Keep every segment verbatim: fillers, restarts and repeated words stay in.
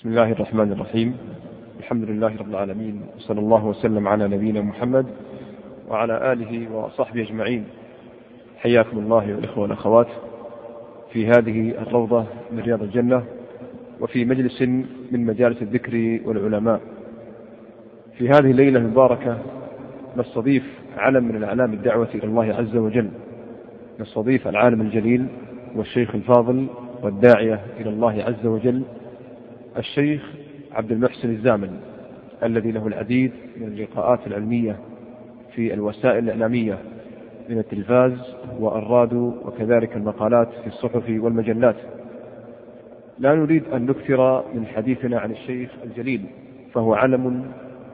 بسم الله الرحمن الرحيم. الحمد لله رب العالمين، وصلى الله وسلم على نبينا محمد وعلى آله وصحبه أجمعين. حياكم الله والإخوة والأخوات في هذه الروضة من رياض الجنة، وفي مجلس من مجالس الذكر والعلماء. في هذه الليلة المباركة نستضيف علم من الأعلام الدعوة إلى الله عز وجل، نستضيف العالم الجليل والشيخ الفاضل والداعية إلى الله عز وجل الشيخ عبد المحسن الزامل، الذي له العديد من اللقاءات العلمية في الوسائل الإعلامية من التلفاز والراديو، وكذلك المقالات في الصحف والمجلات. لا نريد أن نكثر من حديثنا عن الشيخ الجليل، فهو علم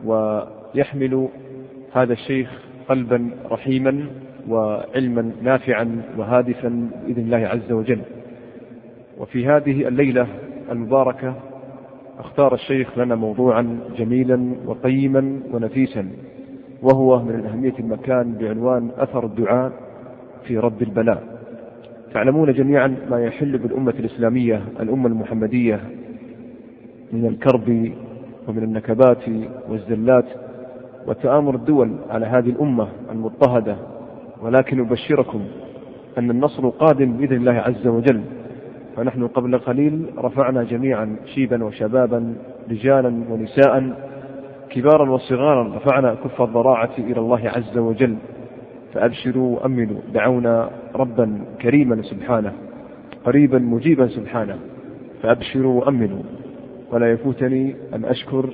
ويحمل هذا الشيخ قلبا رحيما وعلما نافعا وهادفا بإذن الله عز وجل. وفي هذه الليلة المباركة اختار الشيخ لنا موضوعا جميلا وقيما ونفيسا، وهو من الأهمية المكان بعنوان أثر الدعاء في رد البلاء. تعلمون جميعا ما يحل بالأمة الإسلامية الأمة المحمدية من الكرب ومن النكبات والزلات وتآمر الدول على هذه الأمة المضطهدة، ولكن أبشركم أن النصر قادم بإذن الله عز وجل. فنحن قبل قليل رفعنا جميعا شيبا وشبابا، رجالا ونساء، كبارا وصغارا، رفعنا كف الضراعة إلى الله عز وجل. فأبشروا وأمنوا، دعونا ربا كريما سبحانه، قريبا مجيبا سبحانه. فأبشروا وأمنوا. ولا يفوتني أن أشكر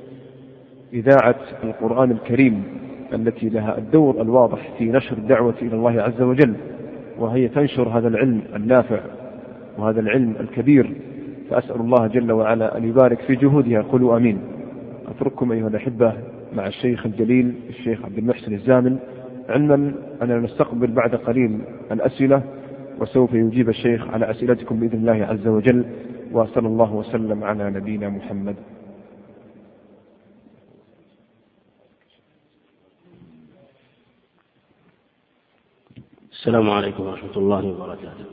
إذاعة القرآن الكريم التي لها الدور الواضح في نشر الدعوة إلى الله عز وجل، وهي تنشر هذا العلم النافع وهذا العلم الكبير. فأسأل الله جل وعلا أن يبارك في جهودها. قولوا آمين. أترككم أيها الأحبة مع الشيخ الجليل الشيخ عبد المحسن الزامل، علما أننا نستقبل بعد قليل الأسئلة، وسوف يجيب الشيخ على أسئلتكم بإذن الله عز وجل. وصلى الله وسلم على نبينا محمد. السلام عليكم ورحمة الله وبركاته.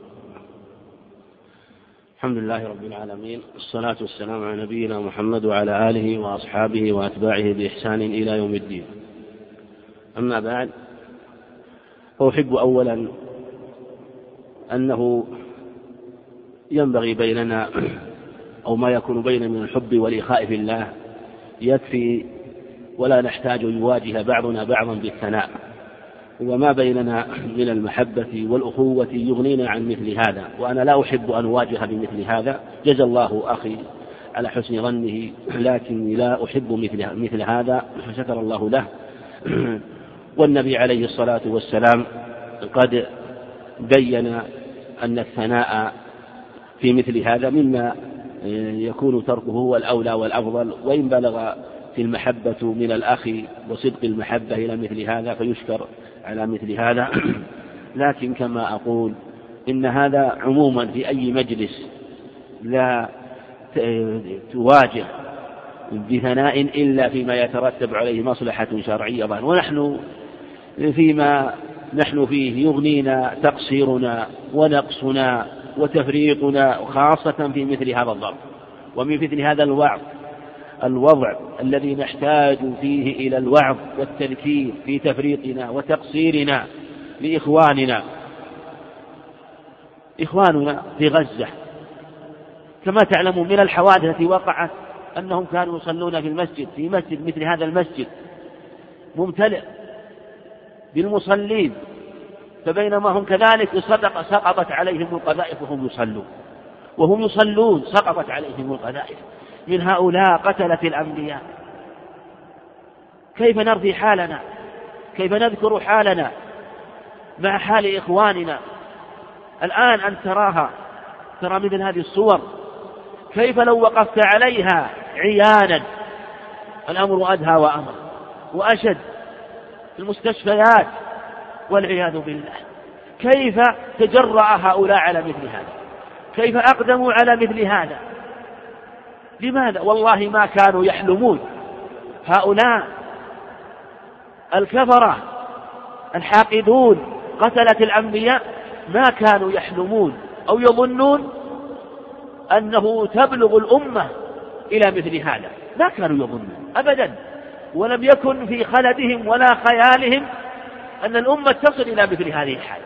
الحمد لله رب العالمين، الصلاة والسلام على نبينا محمد وعلى آله وأصحابه وأتباعه بإحسان إلى يوم الدين. أما بعد، أحب أولا أنه ينبغي بيننا أو ما يكون بيننا من الحب والإخاء في الله يكفي، ولا نحتاج أن يواجه بعضنا بعضا بالثناء. وما بيننا من المحبة والأخوة يغنينا عن مثل هذا، وأنا لا أحب أن أواجه بمثل هذا. جزا الله أخي على حسن ظنه، لكني لا أحب مثل, مثل هذا، فشكر الله له. والنبي عليه الصلاة والسلام قد بين أن الثناء في مثل هذا مما يكون تركه هو الأولى والأفضل، وإن بلغ في المحبة من الأخ وصدق المحبة إلى مثل هذا فيشكر على مثل هذا. لكن كما أقول إن هذا عموما في أي مجلس لا تواجه بثناء إلا فيما يترتب عليه مصلحة شرعية، ونحن فيما نحن فيه يغنينا تقصيرنا ونقصنا وتفريطنا، خاصة في مثل هذا الضرب ومن مثل هذا الوعظ الوضع الذي نحتاج فيه إلى الوعظ والتذكير في تفريطنا وتقصيرنا لإخواننا. إخواننا في غزة كما تعلمون من الحوادث التي وقعت أنهم كانوا يصلون في المسجد، في مسجد مثل هذا المسجد ممتلئ بالمصلين، فبينما هم كذلك صدق سقطت عليهم القذائف وهم يصلون وهم يصلون سقطت عليهم القذائف من هؤلاء قتلة الأنبياء. كيف نرضي حالنا؟ كيف نذكر حالنا مع حال إخواننا الآن؟ أن تراها ترى مثل هذه الصور، كيف لو وقفت عليها عيانا؟ الأمر أدهى وأمر وأشد. المستشفيات والعياذ بالله، كيف تجرأ هؤلاء على مثل هذا؟ كيف أقدموا على مثل هذا؟ لماذا؟ والله ما كانوا يحلمون هؤلاء الكفرة الحاقدون قتلة الأنبياء، ما كانوا يحلمون أو يظنون أنه تبلغ الأمة إلى مثل هذا، ما كانوا يظنون أبدا، ولم يكن في خلدهم ولا خيالهم أن الأمة تصل إلى مثل هذه الحال،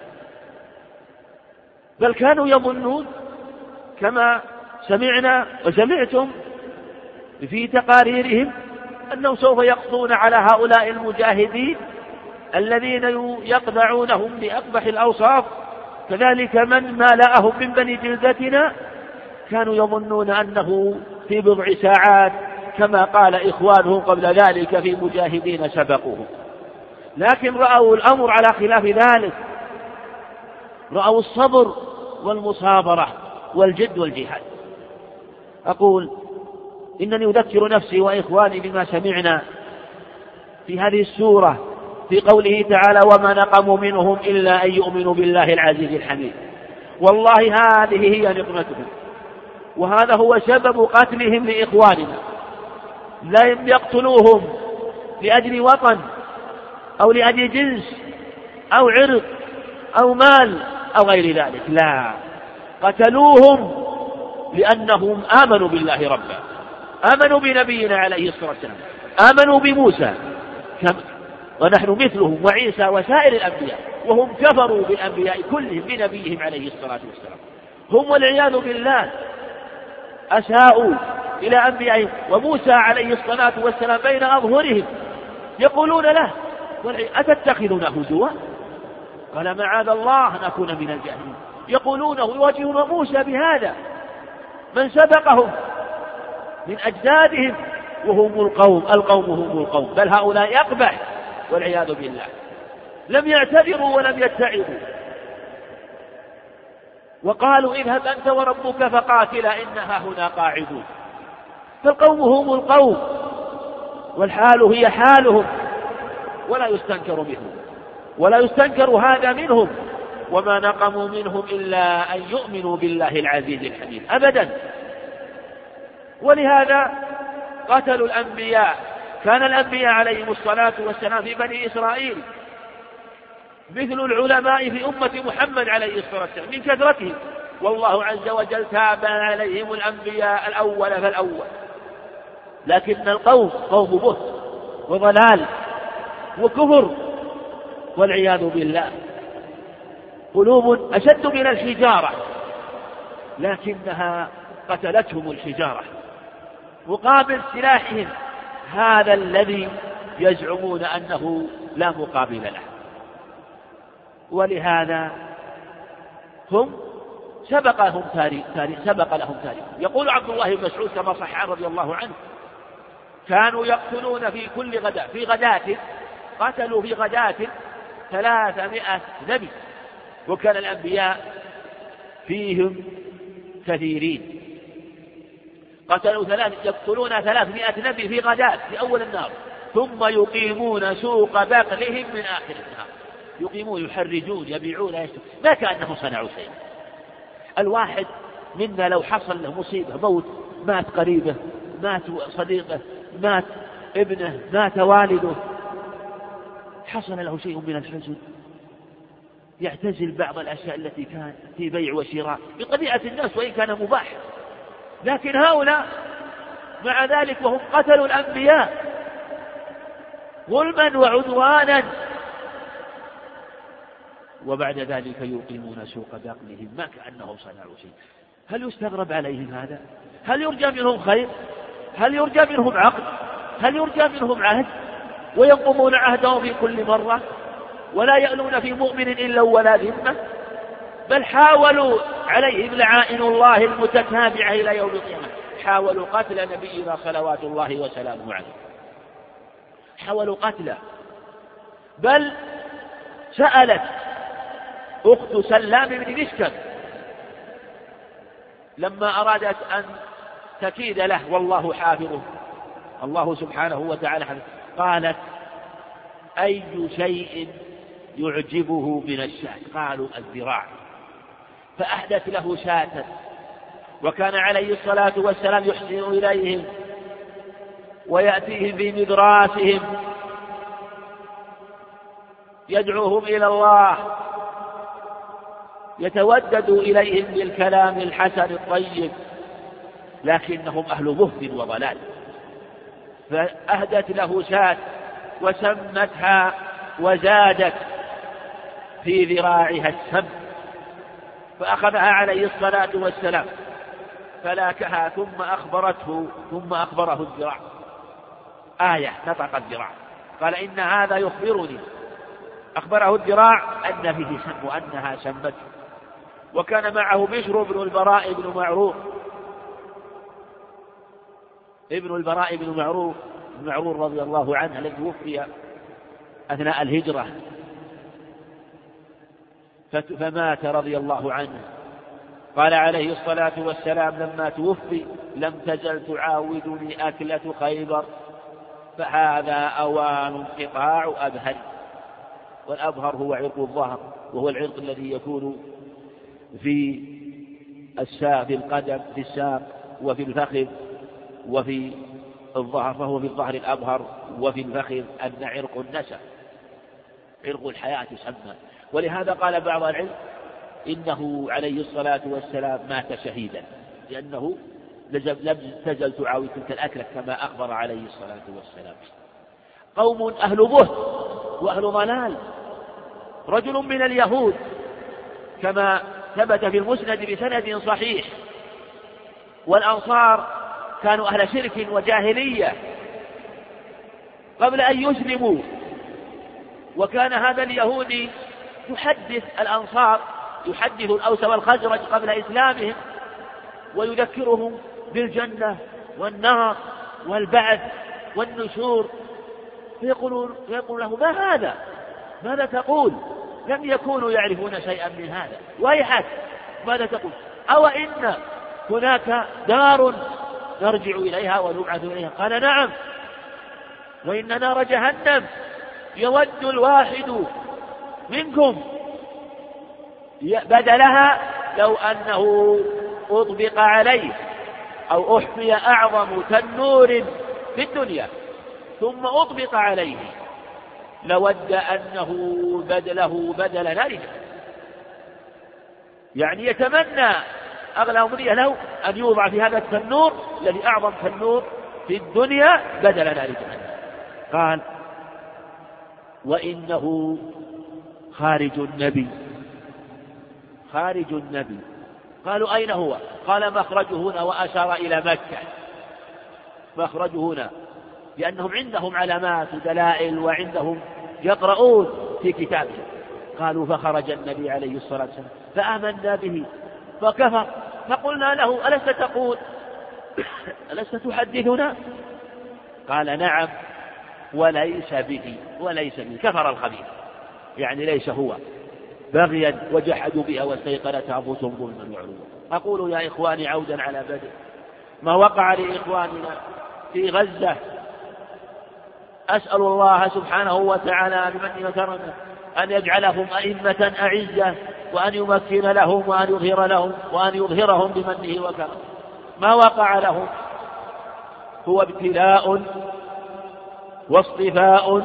بل كانوا يظنون كما سمعنا وسمعتم في تقاريرهم أنهم سوف يقضون على هؤلاء المجاهدين الذين يقضعونهم بأقبح الأوصاف، كذلك من مالأهم من بني جلدتنا كانوا يظنون أنه في بضع ساعات كما قال إخوانهم قبل ذلك في مجاهدين سبقوهم، لكن رأوا الأمر على خلاف ذلك، رأوا الصبر والمصابرة والجد والجهاد. أقول إنني أذكر نفسي وإخواني بما سمعنا في هذه السورة في قوله تعالى وما نقموا منهم إلا أن يؤمنوا بالله العزيز الحميد. والله هذه هي نقمتهم، وهذا هو سبب قتلهم لإخواننا، لم يقتلوهم لأجل وطن أو لأجل جنس أو عرق أو مال أو غير ذلك، لا، قتلوهم لأنهم آمنوا بالله ربا، آمنوا بنبينا عليه الصلاة والسلام، آمنوا بموسى ونحن مثلهم وعيسى وسائر الأنبياء، وهم كفروا بالأنبياء كلهم بنبيهم عليه الصلاة والسلام، هم والعياذ بالله أساءوا إلى أنبيائهم، وموسى عليه الصلاة والسلام بين أظهرهم يقولون له أتتخذنا هزوا؟ قال معاذ الله أن أكون من الجاهلين، يقولونه يواجهون موسى بهذا من سبقهم من أجدادهم وهم القوم القوم هم القوم، بل هؤلاء أقبح والعياذ بالله، لم يعتذروا ولم يتعظوا، وقالوا اذهب أنت وربك فقاتلا إنها هنا قاعدون، فالقوم هم القوم والحال هي حالهم، ولا يستنكر منهم ولا يستنكر هذا منهم، وما نقموا منهم إلا أن يؤمنوا بالله العزيز الحميد أبدا. ولهذا قتلوا الأنبياء، كان الأنبياء عليهم الصلاة والسلام في بني إسرائيل مثل العلماء في أمة محمد عليه الصلاة والسلام من كثرتهم، والله عز وجل تاب عليهم الأنبياء الأول فالأول، لكن القوم قوم بهت وضلال وكفر والعياذ بالله، قلوب أشد من الحجارة لكنها قتلتهم الحجارة مقابل سلاحهم هذا الذي يزعمون أنه لا مقابل له. ولهذا هم سبق لهم تاريخ سبق لهم تاريخ. يقول عبد الله بن مسعود كما صح رضي الله عنه كانوا يقتلون في كل غداة في غداة قتلوا في غداة ثلاثمائة نبي، وكان الأنبياء فيهم كثيرين، قتلوا ثلاث يقتلون ثلاثمائة نبي في غداة في أول النهار، ثم يقيمون سوق بقلهم من آخر النهار، يقيمون يحرجون يبيعون يشترون، ما كأنهم صنعوا شيء. الواحد منا لو حصل له مصيبة موت، مات قريبه، مات صديقه، مات ابنه، مات والده، حصل له شيء من الحزن يعتزل بعض الأشياء التي كانت في بيع وشراء بطبيعة الناس وإن كان مباح، لكن هؤلاء مع ذلك وهم قتلوا الأنبياء ظلما وعدوانا، وبعد ذلك يقيمون سوق بقلهم ما كأنهم صنعوا شيء. هل يستغرب عليهم هذا؟ هل يرجى منهم خير؟ هل يرجى منهم عقل؟ هل يرجى منهم عهد؟ وينقضون عهدهم في كل مرة ولا يألون في مؤمن إلا ولا ذمة، بل حاولوا عليهم لعائن الله المتتابعة إلى يوم القيامة، حاولوا قتل نبينا صلوات الله وسلامه عليه، حاولوا قتله، بل سألت أخت سلام بن مشكم لما أرادت أن تكيد له والله حافظه الله سبحانه وتعالى حافظه، قالت أي شيء يعجبه من الشاة؟ قالوا الذراع، فأحدث له شاة، وكان عليه الصلاة والسلام يحسن إليهم ويأتيهم في مدراسهم يدعوهم إلى الله، يتودد إليهم بالكلام الحسن الطيب، لكنهم أهل مهد وضلال، فأهدت له شاة وسمتها وزادت في ذراعها السم، فأخذها عليه الصلاة والسلام فلاكها ثم أخبرته ثم أخبره الذراع، آية نطق الذراع قال إن هذا يخبرني، أخبره الذراع أن فيه سم وأنها سمته. وكان معه بشر بن البراء بن معروف ابن البراء بن معروف بن معروف رضي الله عنه الذي توفي أثناء الهجرة فمات رضي الله عنه. قال عليه الصلاة والسلام لما توفي لم تزل تعاودني أكلة خيبر، فهذا أوان انقطاع أبهر. والأبهر هو عرق الظهر، وهو العرق الذي يكون في الساق في القدم في الساق وفي الفخذ وفي الظهر، فهو في الظهر الأبهر وفي الفخذ أن عرق النسب عرق الحياة يسمى. ولهذا قال بعض العلم إنه عليه الصلاة والسلام مات شهيدا، لأنه لم تزل تعاود تلك الأكلة كما أخبر عليه الصلاة والسلام. قوم أهل بهت وأهل ضلال، رجل من اليهود كما ثبت في المسند بسند صحيح، والأنصار كانوا أهل شرك وجاهلية قبل أن يسلموا، وكان هذا اليهودي يحدث الأنصار يحدث الأوس والخزرج قبل إسلامهم ويذكرهم بالجنة والنار والبعث والنشور، فيقولون يقول له ما هذا؟ ماذا تقول؟ لم يكونوا يعرفون شيئا من هذا. ويحك ماذا تقول؟ أو إن هناك دار نرجع إليها ونبعث إليها؟ قال نعم، وإن نار جهنم يود الواحد منكم بدلها لو أنه أطبق عليه أو أحفي أعظم تنور في الدنيا ثم أطبق عليه لود أنه بدله بدل نار، يعني يتمنى أغلى أمنية له أن يوضع في هذا التنور الذي أعظم تنور في الدنيا بدل نار جهنم. قال وإنه خارج النبي خارج النبي قالوا أين هو؟ قال مخرجه هنا، وأشار إلى مكة. مخرجه هنا لأنهم عندهم علامات ودلائل وعندهم يقرؤون في كتابهم. قالوا فخرج النبي عليه الصلاة والسلام فآمنا به فكفر، فقلنا له ألست تقول ألست تحدثنا؟ قال نعم وليس به وليس به كفر الخبيث، يعني ليس هو، بغيا وجحدوا بها واستيقنتها أنفسهم ظلما وعلوا. أقول يا إخواني عودا على بدر، ما وقع لإخواننا في غزة أسأل الله سبحانه وتعالى بمنه وكرمه أن يجعلهم أئمة أعزة، وأن يمكن لهم وأن يظهر لهم وأن يظهرهم بمنه وكرمه. ما وقع لهم هو ابتلاء واصطفاء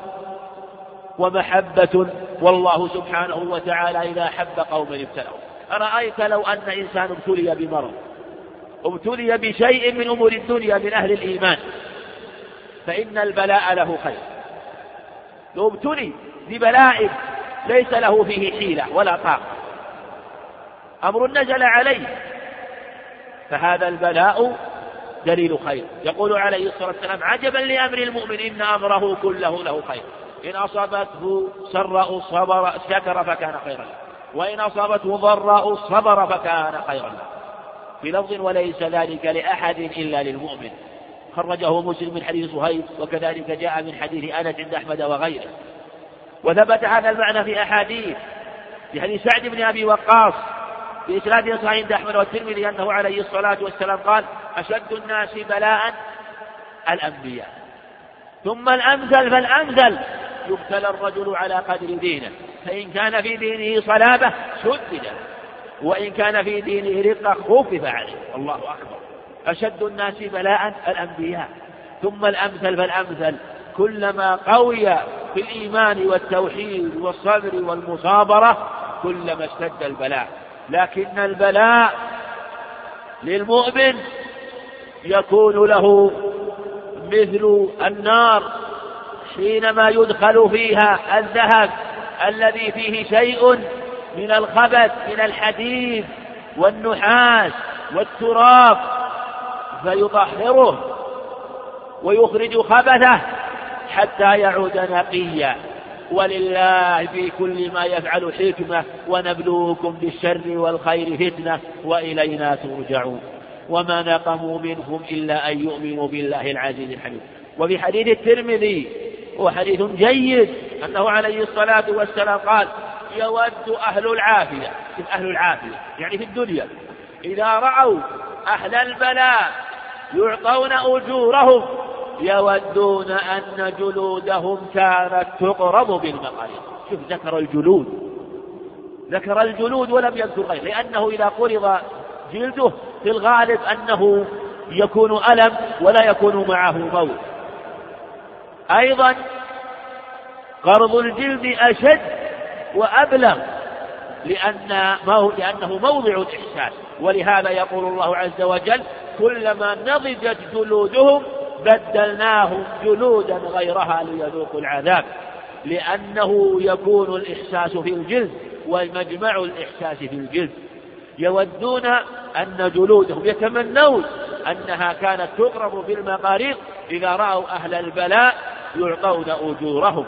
ومحبة، والله سبحانه وتعالى إذا أحب قوما ابتلوا. أرأيت لو أن إنسان ابتلي بمرض، ابتلي بشيء من أمور الدنيا من أهل الإيمان، فإن البلاء له خير. لو ابتلي ببلاء ليس له فيه حيلة ولا طاقة، أمر نزل عليه، فهذا البلاء دليل خير. يقول عليه الصلاة والسلام عجبا لأمر المؤمن إن أمره كله له خير، إن أصابته سراء صبر شكر فكان خيرا له، وإن أصابته ضراء صبر فكان خيرا له. في لفظ وليس ذلك لأحد إلا للمؤمن، خرجه مسلم من حديث صهيب، وكذلك جاء من حديث أنس عند أحمد وغيره. وثبت هذا المعنى في أحاديث، في حديث سعد بن أبي وقاص بإسناد صحيح عند أحمد والترمذي أنه عليه الصلاة والسلام قال أشد الناس بلاء الأنبياء، ثم الأمثل فالأمثل، يبتلى الرجل على قدر دينه، فإن كان في دينه صلابة شدد، وإن كان في دينه رقة خفف عليه. الله أكبر. أشد الناس بلاء الأنبياء، ثم الأمثل فالأمثل، كلما قوي في الإيمان والتوحيد والصبر والمصابرة كلما اشتد البلاء. لكن البلاء للمؤمن يكون له مثل النار حينما يدخل فيها الذهب الذي فيه شيء من الخبث من الحديد والنحاس والتراب فيطهره ويخرج خبثه حتى يعود نقيا. ولله في كل ما يفعل حكمة ونبلوكم بالشر والخير فتنة وإلينا ترجعون. وما نقموا منهم إلا أن يؤمنوا بالله العزيز الحميد. وفي حديث الترمذي وحديث جيد أنه عليه الصلاة والسلام قال يود أهل العافية أهل العافية يعني في الدنيا إذا رأوا أهل البلاء يعطون أجورهم يودون أن جلودهم كانت تقرض بالمقاريض. شوف ذكر الجلود ذكر الجلود ولم يذكر غيره، لأنه إذا قرض جلده في الغالب أنه يكون ألم ولا يكون معه موت. أيضا قرض الجلد أشد وأبلغ لأن لأنه موضع الإحساس. ولهذا يقول الله عز وجل كلما نضجت جلودهم بدلناهم جلودا غيرها ليذوقوا العذاب، لأنه يكون الإحساس في الجلد ومجمع الإحساس في الجلد. يودون أن جلودهم يتمنون أنها كانت تقرب بالمقاريض إذا رأوا أهل البلاء يعطون أجورهم.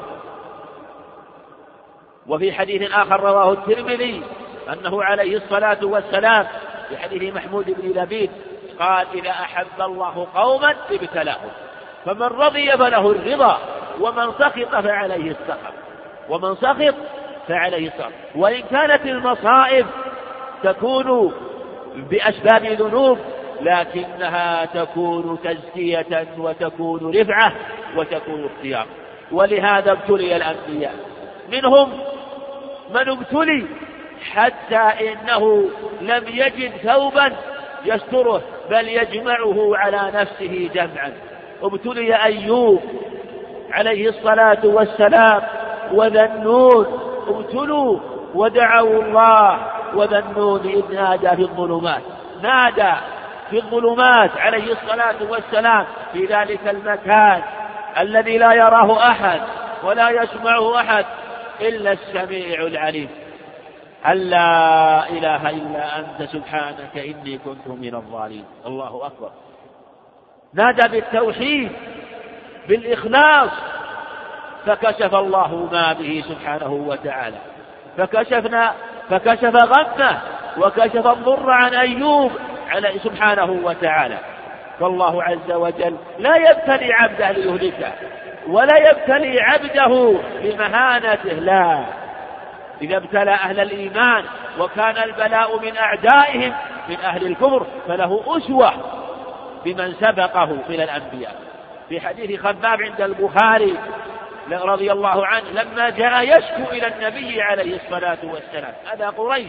وفي حديث آخر رواه الترمذي أنه عليه الصلاة والسلام في حديث محمود بن لبيد قال إذا أحب الله قوما ابتلاهم فمن رضي فله الرضا ومن سخط فعليه السخط ومن سخط فعليه السخط. وإن كانت المصائب تكون بأسباب ذنوب لكنها تكون تزكية وتكون رفعة وتكون اختيار. ولهذا ابتلي الأنبياء، منهم من ابتلي حتى إنه لم يجد ثوبا يستره بل يجمعه على نفسه جمعا. ابتلي أيوب عليه الصلاة والسلام وذا النون ابتلوا ودعوا الله وذا النون إذ نادى في الظلمات نادى في الظلمات عليه الصلاة والسلام في ذلك المكان الذي لا يراه أحد ولا يسمعه أحد إلا السميع العليم أن لا إله إلا أنت سبحانك إني كنت من الظالمين. الله أكبر. نادى بالتوحيد بالإخلاص فكشف الله ما به سبحانه وتعالى، فكشفنا فكشف غمه وكشف الضر عن أيوب على سبحانه وتعالى. فالله عز وجل لا يبتلي عبده ليهلكه ولا يبتلي عبده لمهانته، لا. إذا ابتلى أهل الإيمان وكان البلاء من أعدائهم من أهل الكفر فله أسوة بمن سبقه من الأنبياء. في حديث خباب عند البخاري رضي الله عنه لما جاء يشكو إلى النبي عليه الصلاة والسلام هذا قريش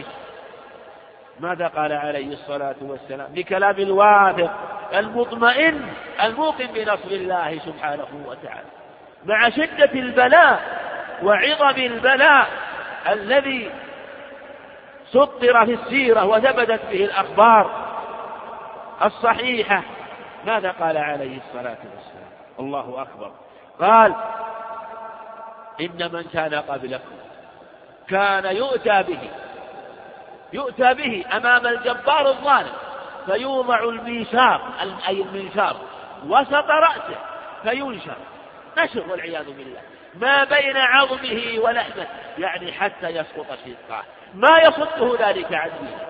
ماذا قال عليه الصلاة والسلام بكلام الواثق المطمئن الموقن بنصر الله سبحانه وتعالى مع شدة البلاء وعظم البلاء الذي سطر في السيرة وثبتت به الأخبار الصحيحة. ماذا قال عليه الصلاة والسلام؟ الله أكبر. قال إن من كان قبلكم كان يؤتى به يؤتى به أمام الجبار الظالم فيوضع الميثاق أي المنشار وسط رأسه فينشر نشر والعياذ بالله ما بين عظمه ولحمه يعني حتى يسقط شقاه ما يصده ذلك عن دينه.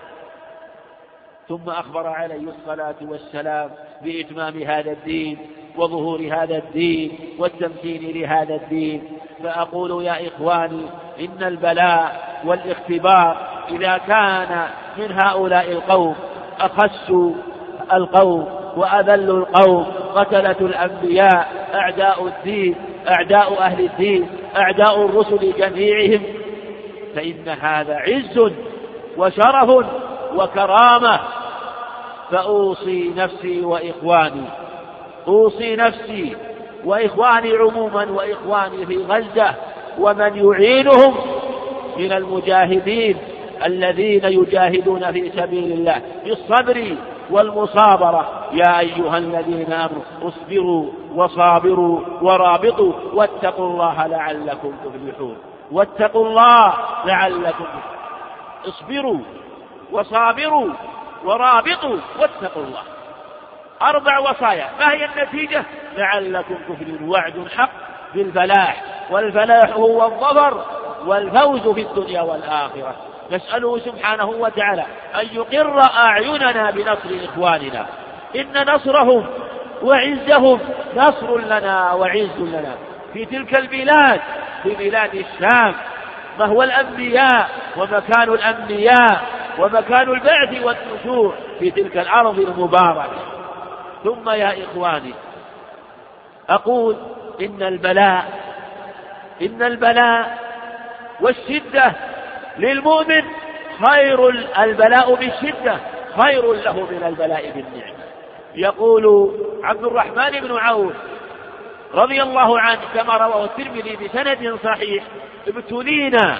ثم أخبر عليه الصلاة والسلام بإتمام هذا الدين وظهور هذا الدين والتمكين لهذا الدين. فأقول يا إخواني إن البلاء والاختبار إذا كان من هؤلاء القوم أخس القوم وأذل القوم قتلة الأنبياء أعداء الدين أعداء أهل الدين أعداء الرسل جميعهم فإن هذا عز وشرف وكرامة. فأوصي نفسي وإخواني أوصي نفسي وإخواني عموما وإخواني في غزة ومن يعينهم من المجاهدين الذين يجاهدون في سبيل الله بالصبر والمصابرة. يا أيها الذين آمنوا اصبروا وصابروا ورابطوا واتقوا الله لعلكم تفلحون. واتقوا الله لعلكم اصبروا وصابروا ورابطوا واتقوا الله. أربع وصايا. ما هي النتيجة؟ لعلكم تفلحون. وعد حق بالفلاح، والفلاح هو الظفر والفوز في الدنيا والآخرة. نسأله سبحانه وتعالى أن يقر أعيننا بنصر إخواننا، إن نصرهم وعزهم نصر لنا وعز لنا في تلك البلاد، في بلاد الشام، ما هو الأنبياء ومكان الأنبياء ومكان البعث والنشور في تلك الأرض المباركة. ثم يا إخواني أقول إن البلاء إن البلاء والشدة للمؤمن خير، البلاء بالشدة خير له من البلاء بالنعمة. يقول عبد الرحمن بن عوف رضي الله عنه كما رواه الترمذي بسند صحيح: ابتلينا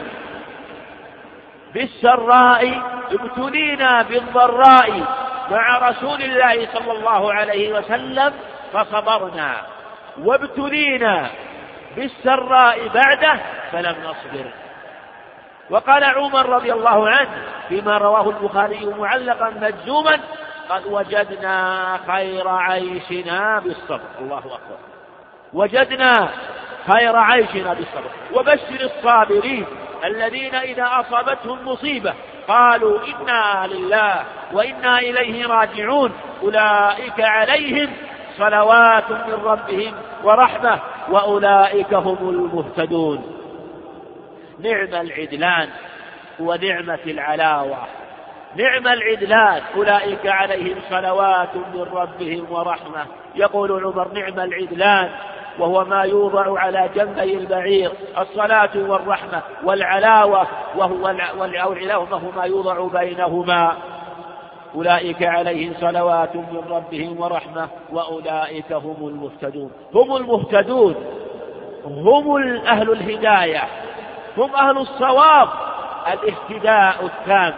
بالسراء ابتلينا بالضراء مع رسول الله صلى الله عليه وسلم فصبرنا، وابتلينا بالسراء بعده فلم نصبر. وقال عمر رضي الله عنه فيما رواه البخاري معلقا مجزوما: قد وجدنا خير عيشنا بالصبر. الله أكبر. وجدنا خير عيشنا بالصبر. وبشر الصابرين الذين إذا أصابتهم مصيبة قالوا إنا لله وإنا إليه راجعون أولئك عليهم صلوات من ربهم ورحمة وأولئك هم المهتدون. نعم العدلان ونعمة العلاوة. نعم العدلان أولئك عليهم صلوات من ربهم ورحمة. يقول عمر: نعم العدلان، وهو ما يوضع على جنبي البعير، الصلاة والرحمة، والعلاوة وهو العلاوة وهو ما يوضع بينهما. أولئك عليهم صلوات من ربهم ورحمة وأولئك هم المهتدون. هم المهتدون، هم أهل الهداية، هم أهل الصواب. الاهتداء التام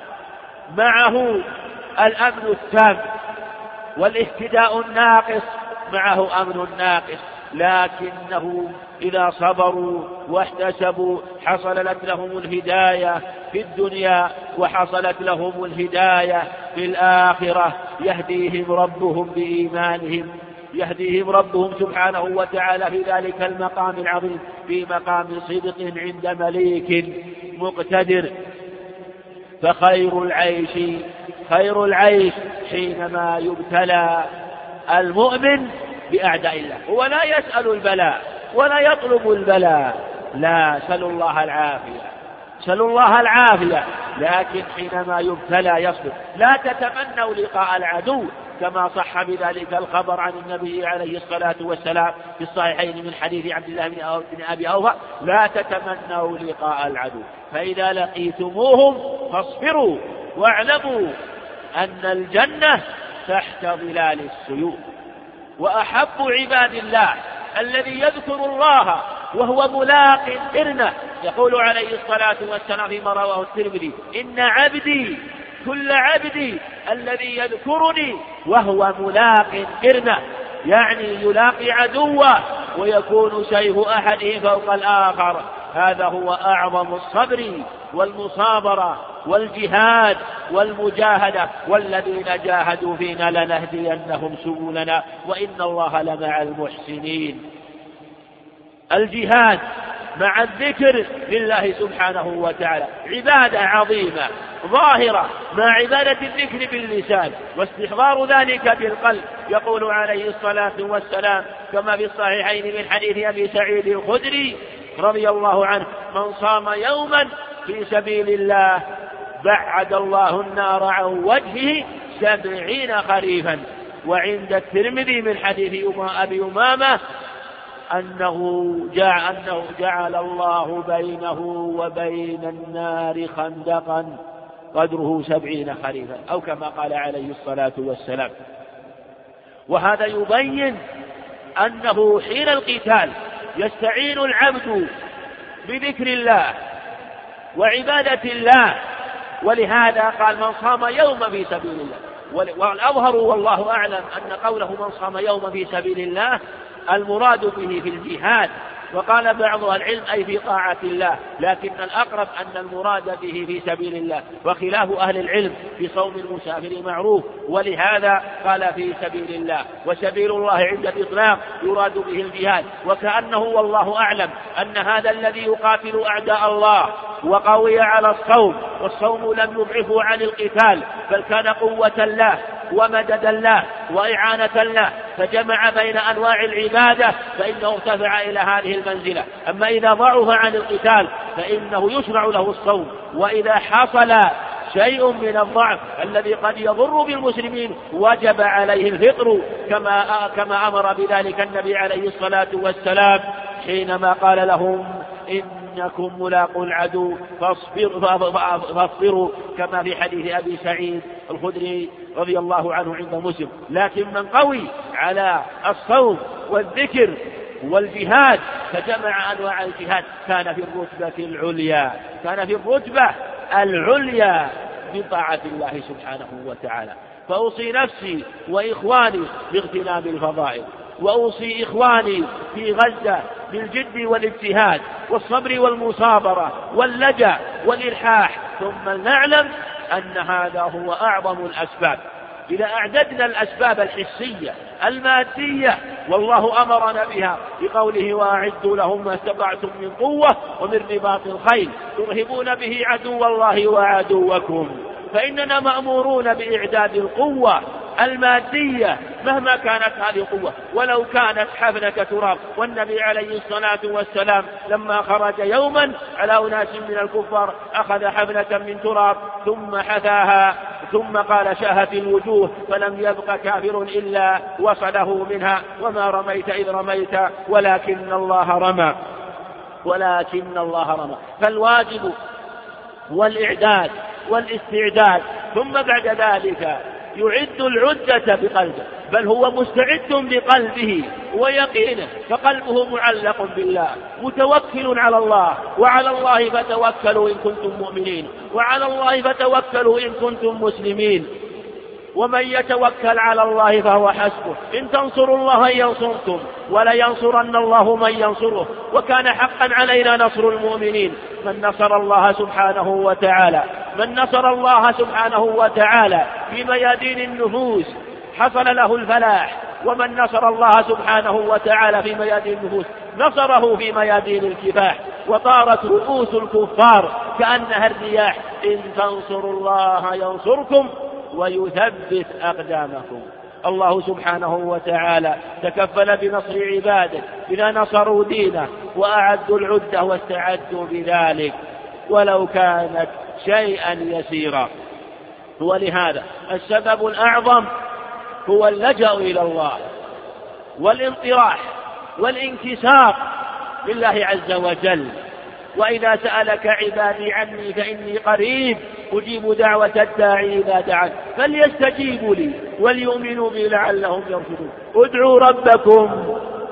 معه الأمن التام، والاهتداء الناقص معه أمن ناقص. لكنه إذا صبروا واحتسبوا حصلت لهم الهداية في الدنيا وحصلت لهم الهداية في الآخرة. يهديهم ربهم بإيمانهم، يهديهم ربهم سبحانه وتعالى في ذلك المقام العظيم، في مقام صدق عند مليك مقتدر. فخير العيش خير العيش حينما يبتلى المؤمن بأعداء الله. هو لا يسأل البلاء ولا يطلب البلاء، لا، سلوا الله العافية، سلوا الله العافية، لكن حينما يبتلى يصبر. لا تتمنوا لقاء العدو، كما صح بذلك الخبر عن النبي عليه الصلاة والسلام في الصحيحين من حديث عبد الله بن أبي أوفى: لا تتمنوا لقاء العدو، فإذا لقيتموهم فاصبروا واعلموا أن الجنة تحت ظلال السيوف. وأحب عباد الله الذي يذكر الله وهو ملاق قرنه. يقول عليه الصلاة والسلام فيما رواه الترمذي: إن عبدي كل عبدي الذي يذكرني وهو ملاق قرنه، يعني يلاقي عدوه ويكون سيف أحده فوق الآخر. هذا هو أعظم الصبر والمصابرة والجهاد والمجاهدة. والذين جاهدوا فينا لنهدينهم سبلنا وإن الله لمع المحسنين. الجهاد مع الذكر لله سبحانه وتعالى عبادة عظيمة ظاهرة مع عبادة الذكر باللسان واستحضار ذلك بالقلب. يقول عليه الصلاة والسلام كما في الصحيحين من حديث أبي سعيد الخدري رضي الله عنه: من صام يوما في سبيل الله بعد الله النار عن وجهه سبعين خريفا. وعند الترمذي من حديث أبي أمامة أنه جعل, أنه جعل الله بينه وبين النار خندقا قدره سبعين خريفا، أو كما قال عليه الصلاة والسلام. وهذا يبين أنه حين القتال يستعين العبد بذكر الله وعبادة الله. ولهذا قال: من صام يوما في سبيل الله. والأظهر والله أعلم أن قوله من صام يوما في سبيل الله المراد به في الجهاد، وقال بعض العلم أي في طاعة الله، لكن الأقرب أن المراد به في سبيل الله، وخلاف أهل العلم في صوم المسافر معروف، ولهذا قال في سبيل الله. وسبيل الله عند الإطلاق يراد به الجهاد، وكأنه والله أعلم أن هذا الذي يقاتل أعداء الله وقوي على الصوم، والصوم لم يضعفه عن القتال بل كان قوة له ومددا له وإعانة له، فجمع بين أنواع العبادة فإنه ارتفع إلى هذه المنزلة. أما إذا ضعف عن القتال فإنه يشرع له الصوم، وإذا حصل شيء من الضعف الذي قد يضر بالمسلمين وجب عليه الفطر، كما كما أمر بذلك النبي عليه الصلاة والسلام حينما قال لهم إنكم ملاقوا العدو فاصبروا، كما في حديث أبي سعيد الخدري رضي الله عنه عند مسلم. لكن من قوي على الصوم والذكر والجهاد فجمع أنواع الجهاد كان في الرتبة العليا، كان في الرتبة العليا بطاعة الله سبحانه وتعالى. فأوصي نفسي وإخواني باغتنام الفضائل، وأوصي إخواني في غزة بالجد والاجتهاد والصبر والمصابرة واللجأ والإلحاح، ثم نعلم أن هذا هو أعظم الأسباب. إذا أعددنا الأسباب الحسية المادية والله أمرنا بها بقوله وأعدوا لهم ما استطعتم من قوة ومن رباط الخيل ترهبون به عدو الله وعدوكم، فإننا مأمورون بإعداد القوة المادية مهما كانت هذه القوة، ولو كانت حفنة تراب. والنبي عليه الصلاة والسلام لما خرج يوما على أناس من الكفار أخذ حفنة من تراب ثم حثاها ثم قال شاهت الوجوه فلم يبق كافر إلا وصله منها، وما رميت إذ رميت ولكن الله رمى ولكن الله رمى. فالواجب والإعداد والاستعداد، ثم بعد ذلك يعد العدة بقلبه، بل هو مستعد بقلبه ويقينه، فقلبه معلق بالله متوكل على الله، وعلى الله فتوكلوا إن كنتم مؤمنين، وعلى الله فتوكلوا إن كنتم مسلمين. ومن يتوكل على الله فهو حسبه، إن تنصروا الله ينصركم ولا ينصرن الله من ينصره، وكان حقا علينا نصر المؤمنين. من نصر الله سبحانه وتعالى من نصر الله سبحانه وتعالى في ميادين النفوس حصل له الفلاح، ومن نصر الله سبحانه وتعالى في ميادين النفوس نصره في ميادين الكفاح، وطارت رؤوس الكفار كأنها الرياح. إن تنصروا الله ينصركم ويثبت أقدامكم. الله سبحانه وتعالى تكفل بنصر عباده إذا نصروا دينه وأعدوا العدة واستعدوا بذلك ولو كانت شيئا يسيرا. ولهذا السبب الأعظم هو اللجأ إلى الله والانطراح والانكسار لله عز وجل. وإذا سألك عبادي عني فإني قريب أجيب دعوة الداعي إذا دعان فليستجيبوا لي وليؤمنوا بي لعلهم يرشدون. ادعوا ربكم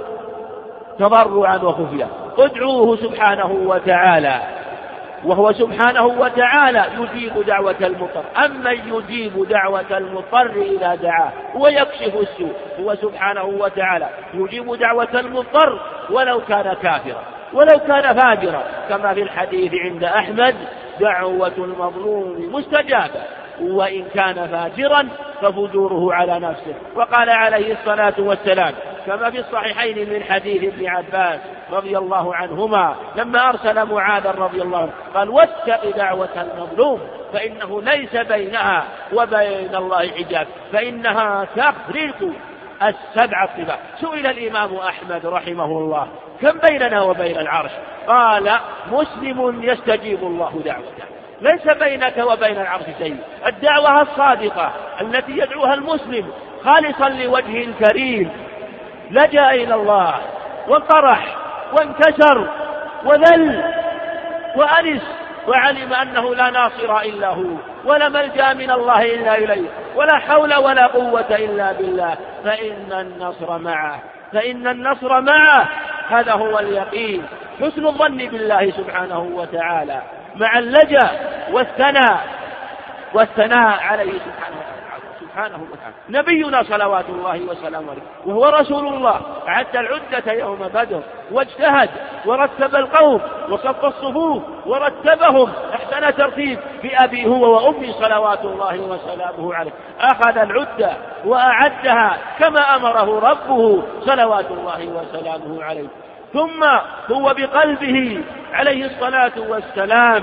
تضرعا وخفيا، ادعوه سبحانه وتعالى، وهو سبحانه وتعالى يجيب دعوة المضطر. أما يجيب دعوة المضطر إذا دعاه ويكشف السوء، هو سبحانه وتعالى يجيب دعوة المضطر ولو كان كافرا ولو كان فاجرا، كما في الحديث عند أحمد دعوة المظلوم مستجابة وإن كان فاجرا ففجوره على نفسه. وقال عليه الصلاة والسلام كما في الصحيحين من حديث ابن عباس رضي الله عنهما لما أرسل معاذ رضي الله عنه قال واتق دعوة المظلوم فإنه ليس بينها وبين الله حجاب فإنها تخرق السبع الطباع. سئل الإمام أحمد رحمه الله كم بيننا وبين العرش؟ قال مسلم يستجيب الله دعوته، ليس بينك وبين العرش شيء. الدعوة الصادقة التي يدعوها المسلم خالصا لوجه الكريم لجأ إلى الله وانطرح وانكسر وذل وأنس وعلم أنه لا ناصر إلا هو ولا ملجأ من الله إلا إليه ولا حول ولا قوة إلا بالله، فإن النصر معه فإن النصر معه. هذا هو اليقين، حسن الظن بالله سبحانه وتعالى مع اللجأ والثناء والثناء عليه سبحانه سبحانه وتعالى. نبينا صلوات الله وسلامه عليه وهو رسول الله أعد العدة يوم بدر واجتهد ورتب القوم وصف الصفوف ورتبهم أحسن ترتيب بأبي هو وأمي صلوات الله وسلامه عليه. أخذ العدة وأعدها كما أمره ربه صلوات الله وسلامه عليه. ثم هو بقلبه عليه الصلاة والسلام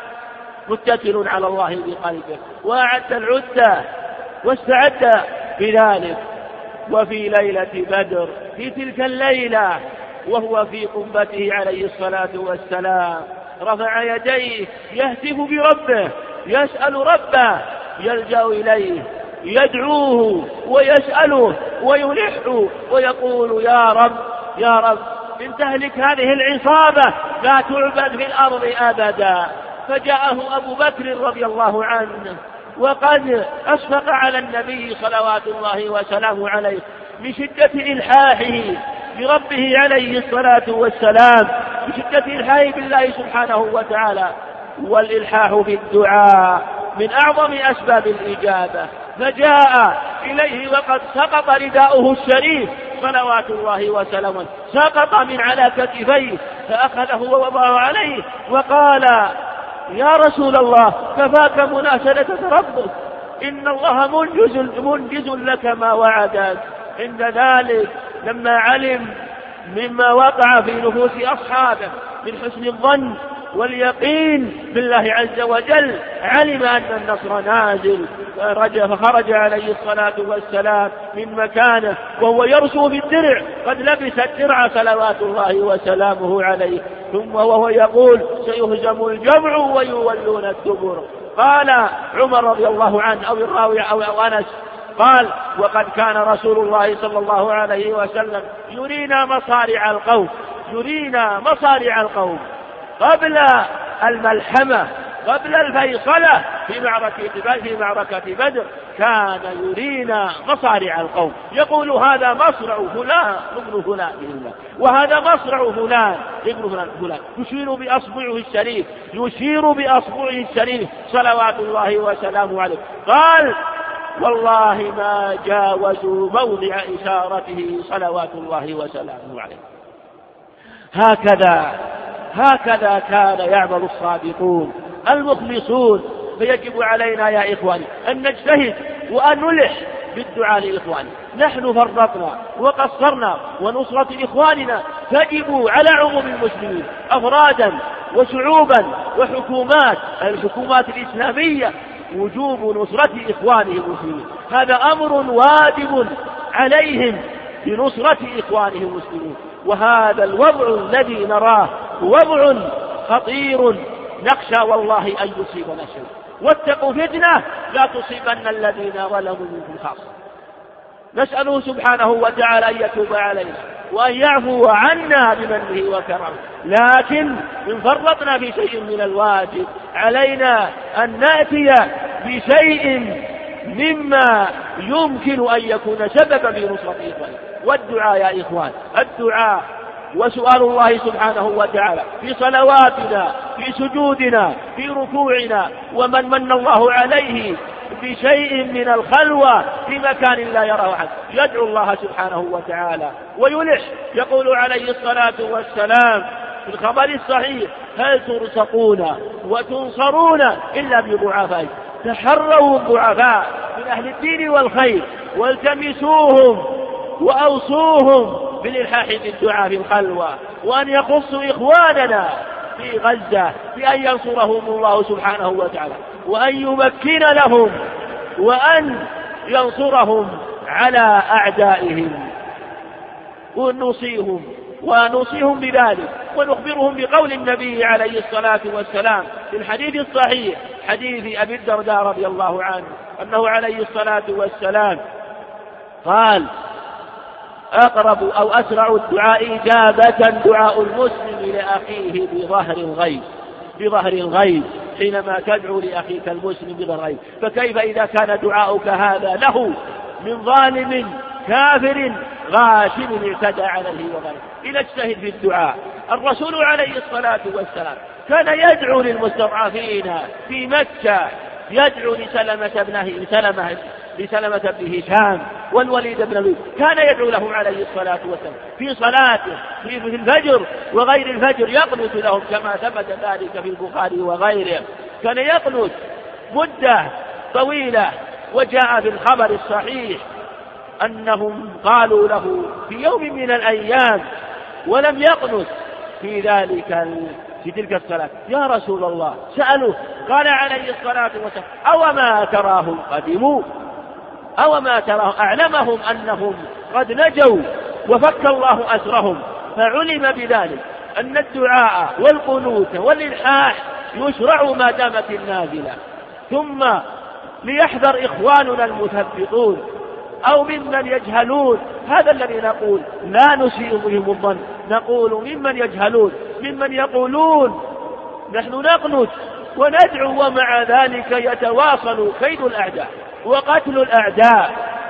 متكل على الله بقلبه وأعد العدة واستعد بذلك. وفي ليلة بدر في تلك الليلة وهو في قبته عليه الصلاة والسلام رفع يديه يهتف بربه يسأل ربه يلجأ إليه يدعوه ويسأله ويلح ويقول يا رب يا رب إن تهلك هذه العصابة لا تعبد في الأرض أبدا. فجاءه أبو بكر رضي الله عنه وقد أشفق على النبي صلوات الله وسلامه عليه من شدة إلحاحه بربه عليه الصلاة والسلام بشدة إلحاحه بالله سبحانه وتعالى. والإلحاح في الدعاء من أعظم أسباب الإجابة. فجاء إليه وقد سقط رداؤه الشريف صلوات الله وسلامه سقط من على كتفيه فأخذه ووضعه عليه وقال يا رسول الله كفاك مناشدة ربك إن الله منجز, منجز لك ما وعدك. عند ذلك لما علم مما وقع في نفوس أصحابه من حسن الظن واليقين بالله عز وجل علم أن النصر نازل فخرج عليه الصلاة والسلام من مكانه وهو يرسو في الدرع قد لبس الدرع صلوات الله وسلامه عليه. ثم وهو يقول سيهزم الجمع ويولون الدبر. قال عمر رضي الله عنه أو الراوي أو, أو أنس قال وقد كان رسول الله صلى الله عليه وسلم يرينا مصارع القوم يرينا مصارع القوم قبل الملحمة قبل الفيصلة في معركة في معركة بدر كان يرينا مصارع القوم يقول هذا مصرع فلان ابن فلان وهذا مصرع فلان ابن فلان فلان يشير بأصبعه الشريف يشير بأصبعه الشريف صلوات الله وسلامه عليه. قال والله ما جاوزوا موضع إشارته صلوات الله وسلامه عليه. هكذا هكذا كان يعمل الصادقون المخلصون. فيجب علينا يا إخواني أن نجتهد وأن نلح بالدعاء لإخواننا. نحن فرطنا وقصرنا ونصرة إخواننا تجب على عموم المسلمين أفرادا وشعوبا وحكومات الحكومات الإسلامية وجوب نصرة إخوانه المسلمين. هذا أمر واجب عليهم بنصرة إخوانه المسلمين. وهذا الوضع الذي نراه وضع خطير نخشى والله أن يصيبنا شيء. واتقوا فتنة لا تصيبن الذين ظلموا منكم خاصة. نسأله سبحانه وتعالى أن يتوب علينا وأن يعفو عنا بمنه وكرمه. لكن إن فرطنا في شيء من الواجب علينا أن نأتي بشيء مما يمكن أن يكون سببا في نصرة إخواننا. والدعاء يا إخوان الدعاء وسؤال الله سبحانه وتعالى في صلواتنا في سجودنا في ركوعنا. ومن من الله عليه بشيء من الخلوة في مكان لا يراه أحد يدعو الله سبحانه وتعالى ويلح. يقول عليه الصلاة والسلام في الخبر الصحيح هل ترزقون وتنصرون إلا بضعفاء. تحروا الضعفاء من أهل الدين والخير والتمسوهم وأوصوهم بالإلحاح بالدعاء في الخلوة. وأن يخصوا إخواننا في غزة بأن ينصرهم الله سبحانه وتعالى وأن يمكن لهم وأن ينصرهم على أعدائهم. ونوصيهم ونوصيهم بذلك ونخبرهم بقول النبي عليه الصلاة والسلام في الحديث الصحيح حديث أبي الدرداء رضي الله عنه أنه عليه الصلاة والسلام قال أقرب أو أسرع الدعاء إجابة دعاء المسلم لأخيه بظهر الغيب بظهر الغيب حينما تدعو لأخيك المسلم بظهر الغيب. فكيف إذا كان دعاؤك هذا له من ظالم كافر غاشم اعتدى عليه وغيره؟ إلى اجتهد في الدعاء. الرسول عليه الصلاة والسلام كان يدعو للمستضعفين في مكة يدعو لسلمة ابنه سلمة لسلمة بن هشام والوليد بن الوليد، كان يدعو لهم عليه الصلاة والسلام في صلاته في الفجر وغير الفجر، يقنت لهم كما ثبت ذلك في البخاري وغيره. كان يقنت مدة طويلة، وجاء في الخبر الصحيح أنهم قالوا له في يوم من الأيام ولم يقنت في ذلك في تلك الصلاة: يا رسول الله، سألوه قال عليه الصلاة والسلام: أوما تراهم قدموا، أوما تراهم، أعلمهم أنهم قد نجوا وفك الله أسرهم. فعلم بذلك أن الدعاء والقنوت والإلحاح يشرع ما دامت النازلة. ثم ليحذر إخواننا المثبطون أو ممن يجهلون، هذا الذي نقول لا نسيء بهم الظن، نقول ممن يجهلون، ممن يقولون نحن نقنت وندعو ومع ذلك يتواصل كيد الأعداء وقتل الأعداء،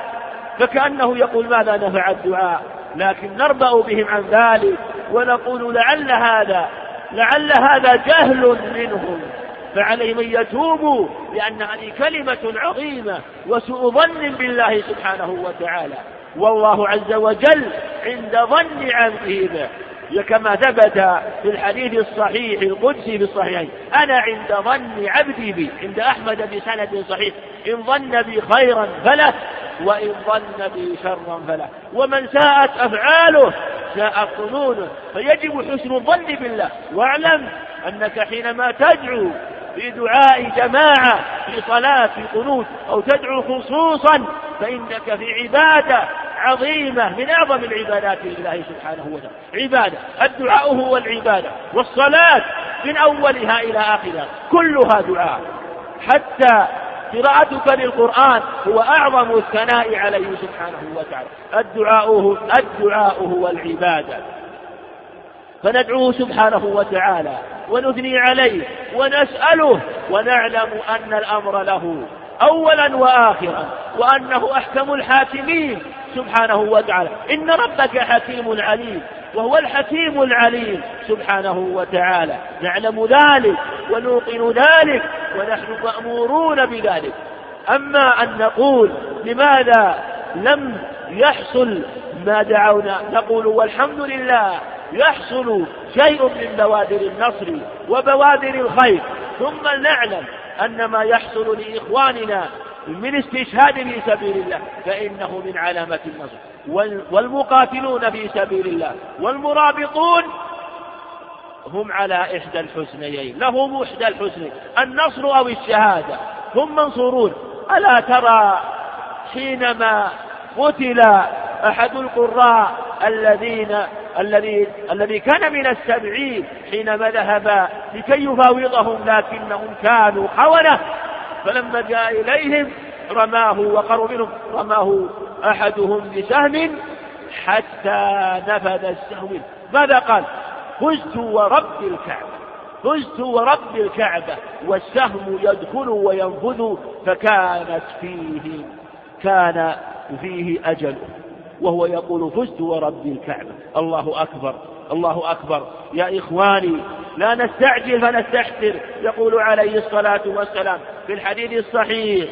فكأنه يقول ماذا نفع الدعاء، لكن نربأ بهم عن ذلك ونقول لعل هذا لعل هذا جهل منهم، فعليهم أن يتوبوا، لأن هذه كلمة عظيمة وسوء ظن بالله سبحانه وتعالى، والله عز وجل عند ظن عبده به، كما ثبت في الحديث الصحيح القدسي في الصحيحين: أنا عند ظن عبدي بي، عند أحمد بسند صحيح: إن ظن بي خيرا فله وإن ظن بي شرا فله، ومن ساءت أفعاله ساءت ظنونه، فيجب حسن الظن بالله. واعلم أنك حينما تدعو في دعاء جماعة في صلاة في قنوت أو تدعو خصوصا، فإنك في عبادة عظيمة من أعظم العبادات لله سبحانه وتعالى. عبادة، الدعاء هو العبادة، والصلاة من أولها إلى آخرها كلها دعاء، حتى قراءتك للقرآن هو أعظم الثناء عليه سبحانه وتعالى. الدعاء هو, الدعاء هو العبادة، فندعوه سبحانه وتعالى ونثني عليه ونسأله، ونعلم أن الأمر له أولا وآخرا، وأنه أحكم الحاكمين سبحانه وتعالى. إن ربك حكيم عليم، وهو الحكيم العليم سبحانه وتعالى، نعلم ذلك ونوقن ذلك ونحن مأمورون بذلك. أما أن نقول لماذا لم يحصل ما دعونا، نقول والحمد لله يحصل شيء من بوادر النصر وبوادر الخير، ثم نعلم أن ما يحصل لإخواننا من استشهاد في سبيل الله فإنه من علامة النصر، والمقاتلون في سبيل الله والمرابطون هم على إحدى الحسنيين، لهم إحدى الحسنين، النصر أو الشهادة، هم منصورون. ألا ترى حينما قتل أحد القراء الذين الذي الذي كان من السبعين حينما ذهب لكي يفاوضهم لكنهم كانوا خونة، فلما جاء إليهم رماه وقروا منهم، رماه أحدهم بسهم حتى نفذ السهم. ماذا قال؟ فزت ورب الكعبة، فزت ورب الكعبة، والسهم يدخل وينفذ، فكانت فيه كان فيه أجل، وهو يقول فزت ورب الكعبة. الله أكبر، الله أكبر. يا إخواني لا نستعجل فنستحسر. يقول عليه الصلاة والسلام في الحديث الصحيح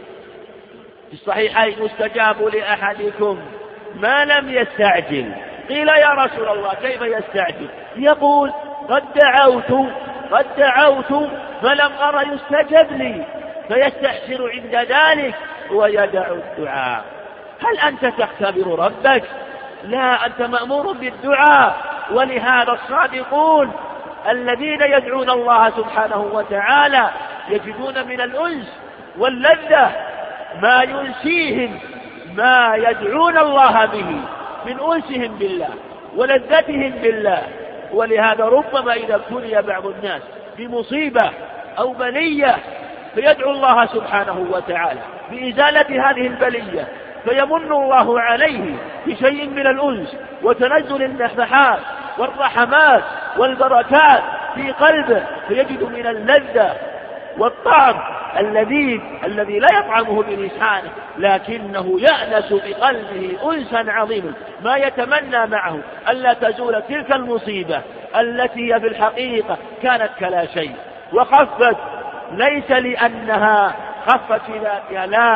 في الصحيحين: يستجاب لأحدكم ما لم يستعجل. قيل يا رسول الله كيف يستعجل؟ يقول قد دعوت قد دعوت فلم أر يستجب لي، فيستحسر عند ذلك ويدع الدعاء. هل أنت تختبر ربك؟ لا، أنت مأمور بالدعاء. ولهذا الصادقون الذين يدعون الله سبحانه وتعالى يجدون من الأنس واللذة ما ينسيهم ما يدعون الله به من أنسهم بالله ولذتهم بالله. ولهذا ربما إذا ابتلي بعض الناس بمصيبة أو بلية فيدعو الله سبحانه وتعالى بإزالة هذه البلية، فيمن الله عليه بشيء من الأنس وتنزل النفحات والرحمات والبركات في قلبه، فيجد من اللذة والطعم اللذيذ الذي لا يطعمه بلسانه، لكنه يأنس بقلبه أنسا عظيما، ما يتمنى معه ألا تزول تلك المصيبة التي هي في الحقيقة كانت كلا شيء وخفت، ليس لأنها خفت في ذاتها، لا،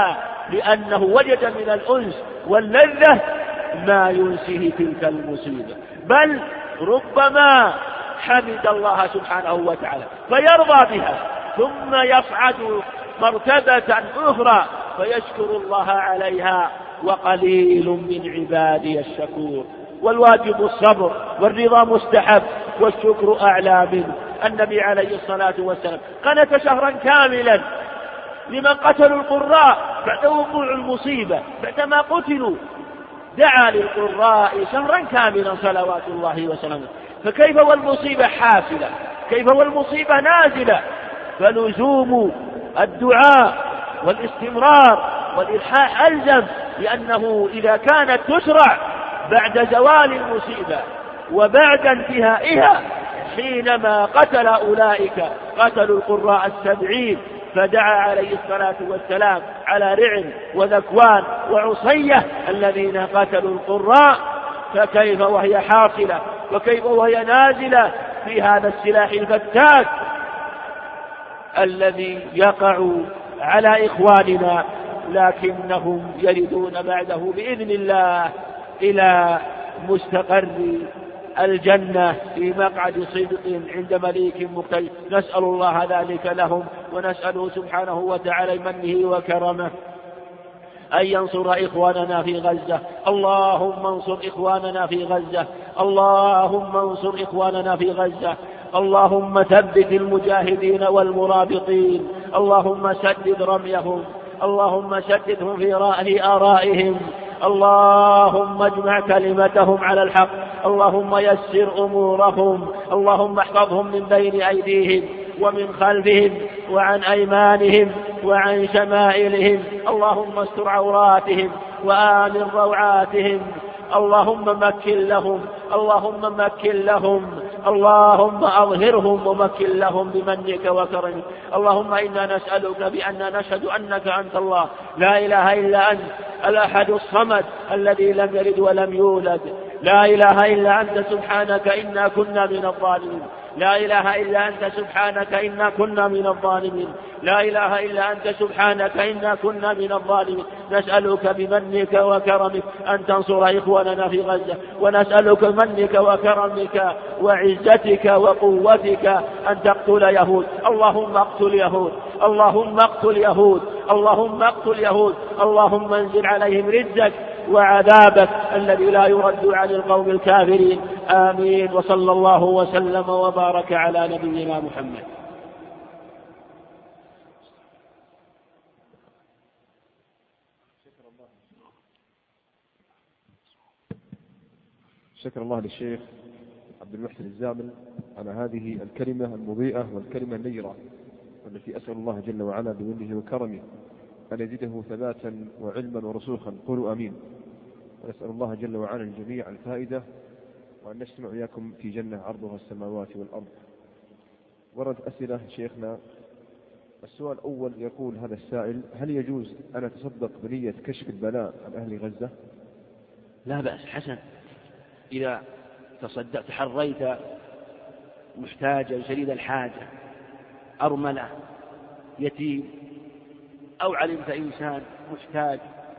لأنه وجد من الأنس واللذة ما ينسيه تلك المصيبة، بل ربما حمد الله سبحانه وتعالى فيرضى بها، ثم يصعد مرتبة أخرى فيشكر الله عليها، وقليل من عبادي الشكور. والواجب الصبر، والرضا مستحب، والشكر أعلى منه. النبي عليه الصلاة والسلام قنت شهرا كاملا لمن قتلوا القراء بعد وقوع المصيبة، بعدما قتلوا دعا للقراء شهرا كاملا صلوات الله وسلامه. فكيف والمصيبة حافلة، كيف والمصيبة نازلة؟ فلزوم الدعاء والاستمرار والإلحاح ألزم، لأنه إذا كانت تشرع بعد زوال المصيبة وبعد انتهائها، حينما قتل أولئك قتلوا القراء السبعين، فدعا عليه الصلاة والسلام على رعل وذكوان وعصية الذين قتلوا القراء، فكيف وهي حاصلة، وكيف وهي نازلة في هذا السلاح الفتاك الذي يقع على إخواننا، لكنهم يردون بعده بإذن الله إلى مستقر الجنة في مقعد صدق عند مليك مقتدر. نسأل الله ذلك لهم، ونسأله سبحانه وتعالى منه وكرمه أن ينصر إخواننا في غزة. اللهم انصر إخواننا في غزة، اللهم انصر إخواننا في غزة، اللهم ثبت المجاهدين والمرابطين، اللهم سدد رميهم، اللهم سددهم في آرائهم، اللهم اجمع كلمتهم على الحق، اللهم يسر أمورهم، اللهم احفظهم من بين أيديهم ومن خلفهم وعن أيمانهم وعن شمائلهم، اللهم استر عوراتهم وآمن روعاتهم، اللهم مكن لهم، اللهم مكن لهم، اللهم أظهرهم ومكن لهم بمنك وكرمك. اللهم إنا نسألك بأننا نشهد أنك أنت الله لا إله إلا أنت الأحد الصمد الذي لم يلد ولم يولد، لا إله إلا أنت سبحانك إنا كنا من الظالمين، لا إله إلا أنت سبحانك إنا كنا من الظالمين، لا إله إلا أنت سبحانك إنا كنا من الظالمين. نسألك بمنك وكرمك أن تنصر إخواننا في غزة، ونسألك بمنك وكرمك وعزتك وقوتك أن تقتل يهود. اللهم اقتل يهود، اللهم اقتل يهود، اللهم اقتل يهود، اللهم انزل عليهم رجزك وعذابك الذي لا يرد عن القوم الكافرين. آمين. وصلى الله وسلم وبارك على نبينا محمد. شكر الله للشيخ عبد المحسن الزامل على هذه الكلمة المضيئة والكلمة النيرة، والتي أسأل الله جل وعلا بمنه وكرمه أن يزيده ثباتا وعلما ورسوخا. قولوا آمين. ونسأل الله جل وعلا الجميع الفائدة، وأن نجتمع إياكم في جنة عرضها السماوات والأرض. وردت أسئلة شيخنا. السؤال الأول يقول هذا السائل: هل يجوز أن أتصدق بنية كشف البلاء عن أهل غزة؟ لا بأس، حسن. إذا تصدقت تحريت محتاجا شديد الحاجة، أرملة، يتيم، أو علمت إنسان محتاج،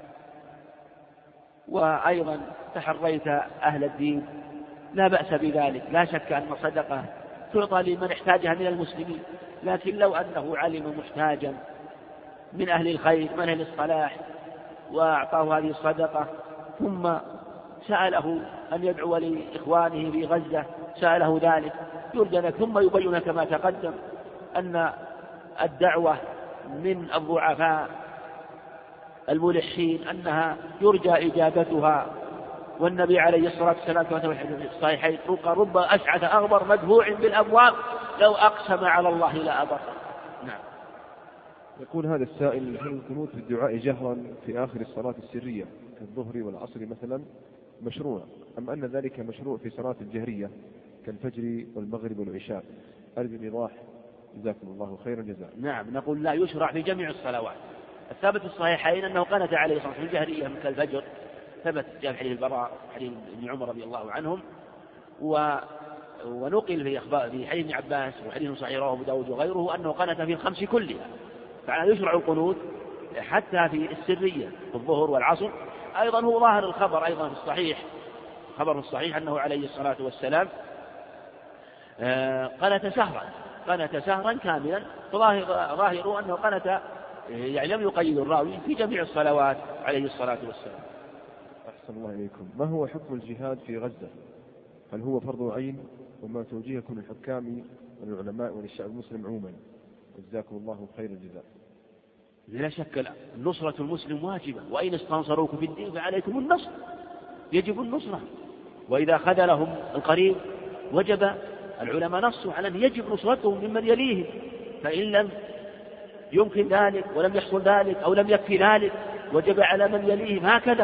وأيضا تحريت أهل الدين، لا بأس بذلك. لا شك أن الصدقة تعطى لمن احتاجها من المسلمين، لكن لو أنه علم محتاجا من أهل الخير من أهل الصلاح وأعطاه هذه الصدقة، ثم سأله أن يدعو لإخوانه في غزة، سأله ذلك، يرجى لك. ثم يبين كما تقدم أن الدعوة من الضعفاء الملحين أنها يرجى إجابتها، والنبي عليه الصلاة والسلام كما في الصحيحين: رب أشعث أغبر مدفوع بالأبواب لو أقسم على الله لا أبر. نعم. يقول هذا السائل: هل القنوت في الدعاء جهرا في آخر الصلاة السرية كالظهر والعصر مثلا مشروع، أم أن ذلك مشروع في صلاة الجهرية كالفجر والمغرب والعشاء؟ أرجو إيضاح، جزاكم الله خيرا جزاء. نعم، نقول لا، يشرع في جميع الصلوات. الثابت في الصحيحين أنه قنت عليه الصلاة والسلام الجهرية مثل الفجر، ثبت جاء في حديث البراء، حديث ابن عمر رضي الله عنهم، و... ونقل في أخبار في حديث ابن عباس وحديث صحيح رواه أبو داود وغيره أنه قنت في الخمس كلها. فعلى يشرع القنوت حتى في السرية في الظهر والعصر أيضا هو ظاهر الخبر أيضا في الصحيح، خبر الصحيح أنه عليه الصلاة والسلام قنت سهرا قنت سهرا كاملا، فظاهر ظاهره أنه قنت يعني لم يقيد الراوي في جميع الصلوات عليه الصلاة والسلام. أحسن الله إليكم. ما هو حكم الجهاد في غزة؟ هل هو فرض عين؟ وما توجيهكم للحكام والعلماء وللشعب المسلم عموما؟ جزاكم الله خير الجزاء. لا شك لا، نصرة المسلم واجبة، وإن استنصروك في الدين فعليكم النصر، يجب النصرة، وإذا خذلهم القريب وجب العلماء نصوا على أن يجب نصرتهم ممن يليهم، فإن لم يمكن ذلك ولم يحصل ذلك أو لم يكفي ذلك وجب على من يليهم هكذا.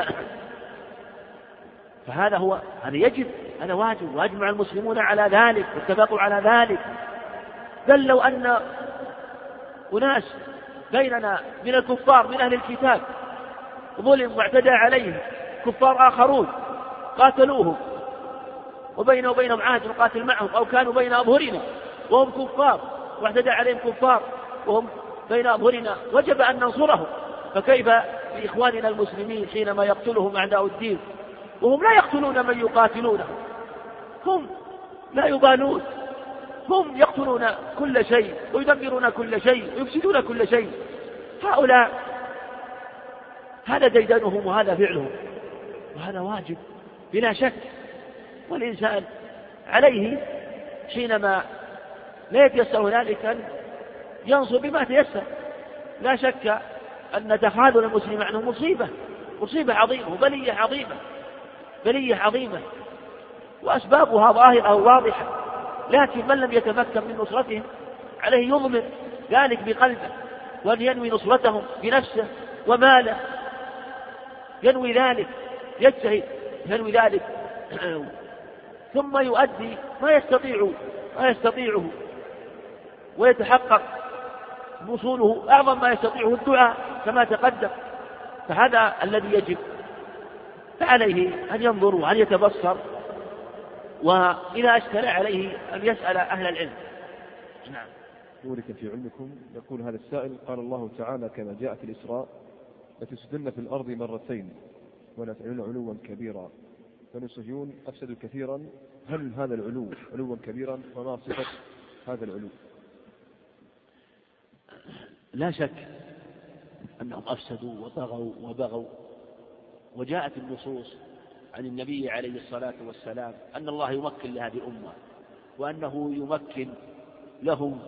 فهذا هو هذا يجب، هذا واجب، واجمع المسلمون على ذلك واتفقوا على ذلك. بل لو أن أناس بيننا من الكفار من أهل الكتاب ظلم واعتدى عليهم كفار آخرون قاتلوهم وبينه وبينهم عهد نقاتل معهم، أو كانوا بين أظهرنا وهم كفار واعتدى عليهم كفار وهم بين أظهرنا، وجب أن ننصرهم. فكيف بإخواننا المسلمين حينما يقتلهم أعداء الدين وهم لا يقتلون من يقاتلونهم، هم لا يبالون، هم يقتلون كل شيء ويدمرون كل شيء ويفسدون كل شيء. هؤلاء هذا ديدنهم وهذا فعلهم، وهذا واجب بلا شك. والإنسان عليه حينما لا يتيسر ذلك أن ينصر بما تيسر. لا شك أن تخاذل المسلم عنه مصيبة مصيبة عظيمة وبلية عظيمة بلية عظيمة، وأسبابها ظاهرة واضحة، لكن من لم يتمكن من نصرتهم عليه يضمن ذلك بقلبه، وأن ينوي نصرتهم بنفسه وماله، ينوي ذلك، يجتهد ينوي ذلك ثم يؤدي ما يستطيع ما يستطيعه ويتحقق وصوله. أعظم ما يستطيعه الدعاء كما تقدم. فهذا الذي يجب، فعليه أن ينظر وأن يتبصر، وإذا أشكل عليه أن يسأل أهل العلم. نعم. بورك في علمكم. يقول هذا السائل: قال الله تعالى كما جاء في الإسراء: لتفسدن في الأرض مرتين ولا تعلن علوا كبيرا. فالصهيون أفسدوا كثيرا، هل هذا العلو علوا كبيرا؟ وما صفة هذا العلو؟ لا شك أنهم أفسدوا وطغوا وبغوا، وجاءت النصوص عن النبي عليه الصلاة والسلام أن الله يمكن لهذه الأمة، وأنه يمكن لهم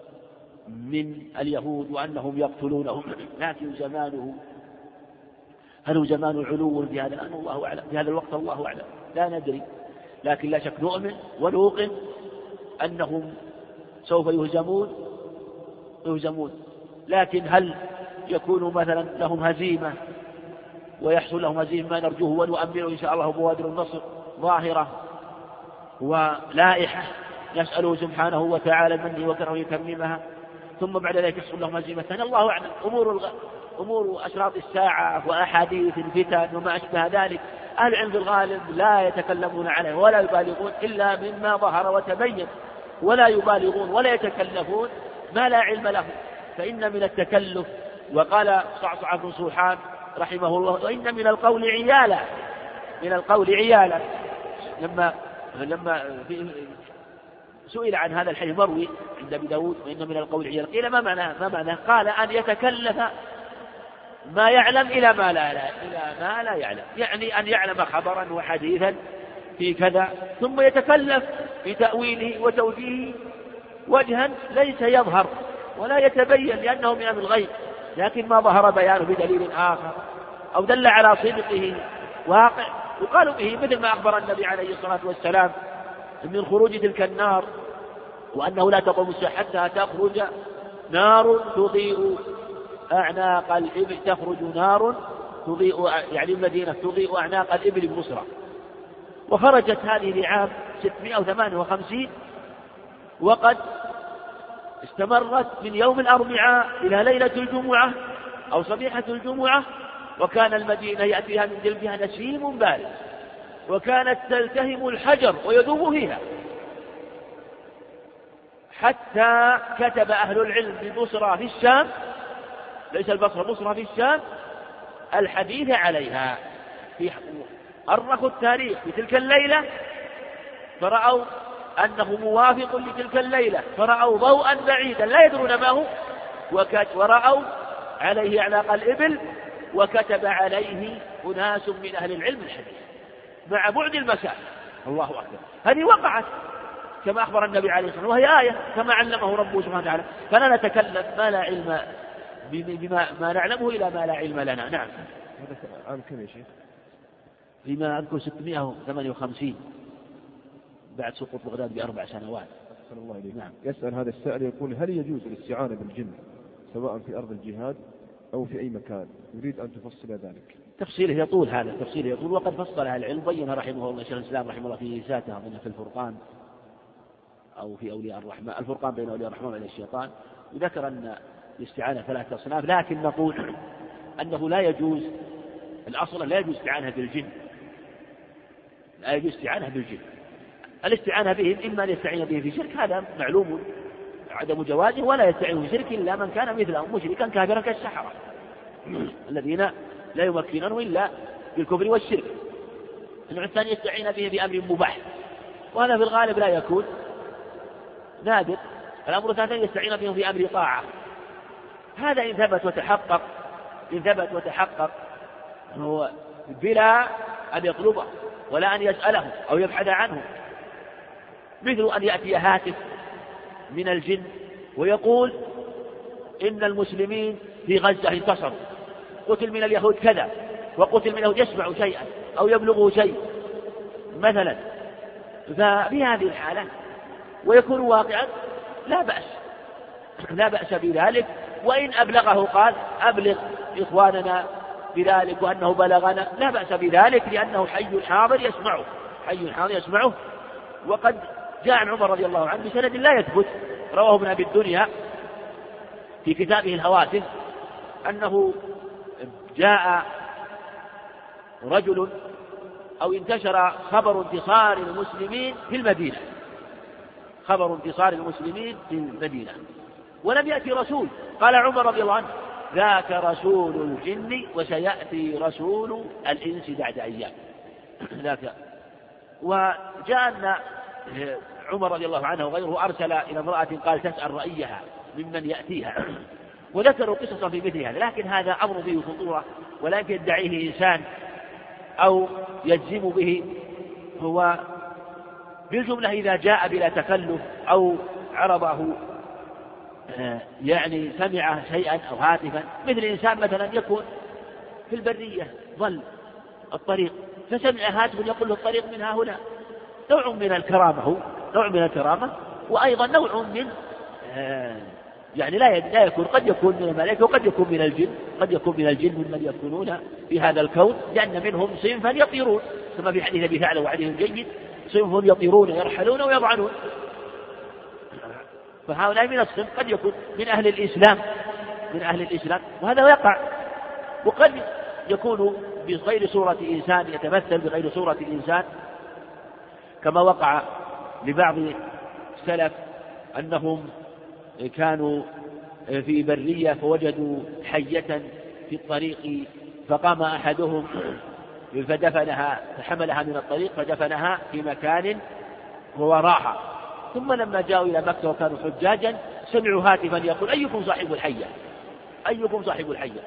من اليهود وأنهم يقتلونهم. لكن زمانه هل هو زمان علو في هذا الآن؟ الله أعلم، في هذا الوقت الله أعلم، لا ندري. لكن لا شك نؤمن ونوقن أنهم سوف يهزمون يهزمون لكن هل يكون مثلا لهم هزيمة ويحصل لهم هزيمة ما نرجوه ونؤمنه إن شاء الله بوادر النصر ظاهرة ولائحة نسأله سبحانه وتعالى منه وكرهه يتممها، ثم بعد ذلك يحصل لهم هزيمة ثانية؟ الله أعلم. أمور الغ... أمور أشراط الساعة وأحاديث الفتن وما أشبه ذلك أهل العلم في الغالب لا يتكلمون عليه ولا يبالغون إلا مما ظهر وتبين، ولا يبالغون ولا يتكلفون ما لا علم له. فإن من التكلف، وقال صعصع بن صوحان رحمه الله: وإن من القول عيالا من القول عيالا لما لما سئل عن هذا الحديث مروي عند أبي داود: وإن من القول عيالا، قيل ما معناه؟ ما معناه؟ قال: أن يتكلف ما يعلم إلى ما لا, لا إلى ما لا يعلم، يعني أن يعلم خبرا وحديثا في كذا ثم يتكلف في تأويله وتوجيهه وجها ليس يظهر ولا يتبين لأنه من أمر الغيب، لكن ما ظهر بيانه بدليل آخر أو دل على صدقه واقع يقال به، مثل ما أخبر النبي عليه الصلاة والسلام من خروج تلك النار، وأنه لا تقوم الساعة حتى تخرج نار تضيء أعناق الإبل تخرج نار تضيء يعني المدينة تضيء أعناق الإبل ببصرى. وخرجت هذه لعام ستمائة وثمانية وخمسين، وقد استمرت من يوم الأربعاء إلى ليلة الجمعة أو صبيحة الجمعة، وكان المدينة يأتيها من جلدها نسيم بارد، وكانت تلتهم الحجر ويذوب فيها، حتى كتب أهل العلم ببصرى في الشام ليس البصرة بصرة في الشام الحديث عليها. في أرخوا التاريخ في تلك الليلة فرأوا أنه موافق لتلك الليلة، فرأوا ضوءا بعيدا لا يدرون ما هو، ورأوا عليه أعناق الإبل، وكتب عليه أناس من أهل العلم الحديث مع بعد المسافة. الله أكبر. هذه وقعت كما أخبر النبي عليه الصلاة والسلام، وهي آية كما علمه ربه سبحانه وتعالى، فلا نتكلم ما لا علم بما ما نعلمه إلى ما لا علم لنا. نعم. هذا عام كم يا شيخ؟ فيما أذكر ستمائة وثمانية وخمسين بعد سقوط بغداد بأربع سنوات. أحسن الله إليك. نعم. يسأل هذا السائل يقول: هل يجوز الاستعانة بالجن سواء في أرض الجهاد أو في أي مكان؟ يريد أن تفصل ذلك. تفصيله يطول، هذا تفصيله يطول، وقد فصلها العلم بين رحمه الله شيخ الإسلام رحمه الله في رسالته أظن في الفرقان أو في أولياء الرحمن، الفرقان بين أولياء الرحمن وبين الشيطان، وذكر أن الاستعانة ثلاثة أصناف، لكن نقول أنه لا يجوز، الأصل لا يجوز استعانة بالجن، لا يجوز استعانة بالجن. الاستعانة بهم إما أن يستعين به في شرك، هذا معلوم عدم جوازه، ولا يستعين في شرك إلا من كان مثله مشركا كافرا كالسحرة الذين لا يمكنونه إلا بالكفر والشرك. النوع الثاني يستعين به بأمر مباح، وهذا في الغالب لا يكون، نادر. الأمر الثاني يستعين به في أمر طاعة، هذا إن ثبت وتحقق إن ثبت وتحقق هو بلا أن يطلبه ولا أن يسأله أو يبحث عنه، مثل أن يأتي هاتف من الجن ويقول إن المسلمين في غزة انتصروا، قتل من اليهود كذا وقتل من اليهود، يسمع شيئا أو يبلغه شيء مثلا، ففي هذه الحالة ويكون واقعا لا بأس لا بأس بذلك. وإن أبلغه قال أبلغ إخواننا بذلك وأنه بلغنا، لا بأس بذلك، لأنه حي حاضر يسمعه حي حاضر يسمعه. وقد جاء عن عمر رضي الله عنه بسند لا يثبت، رواه ابن أبي الدنيا في كتابه الهواتف، أنه جاء رجل أو انتشر خبر انتصار المسلمين في المدينة خبر انتصار المسلمين في المدينة ولم يأتي رسول، قال عمر رضي الله عنه ذاك رسول الجن وسيأتي رسول الإنس بعد أيام ذاك. وجاء أن عمر رضي الله عنه وغيره أرسل إلى امرأة قال تسأل رأيها ممن يأتيها، وذكروا قصصا في مثل هذا، لكن هذا أمر به خطورة ولا يدعيه إنسان أو يجزم به. هو بالجملة إذا جاء بلا تكلف أو عرضه يعني سمع شيئا أو هاتفا، مثل إنسان مثلا يكون في البرية ظل الطريق فسمع هاتف يقول له الطريق من ها هنا، نوع من الكرامة هو نوع من الكرامة، وأيضا نوع من آه يعني لا لا يكون، قد يكون من الملائكة وقد يكون من الجن، قد يكون من الجن ممن يكونون في هذا الكون، لأن منهم صنفا يطيرون كما في حديث أبي ثعلبة وحديث جيد، صنف يطيرون يرحلون ويضعنون، فهؤلاء من الصنف قد يكون من أهل الإسلام من أهل الإسلام وهذا يقع. وقد يكون بغير صورة إنسان، يتمثل بغير صورة إنسان، كما وقع لبعض السلف أنهم كانوا في برية فوجدوا حية في الطريق، فقام أحدهم فدفنها فحملها من الطريق فدفنها في مكان ووراها، ثم لما جاءوا إلى مكة وكانوا حجاجا سمعوا هاتفا يقول أيكم صاحب الحية أيكم صاحب الحية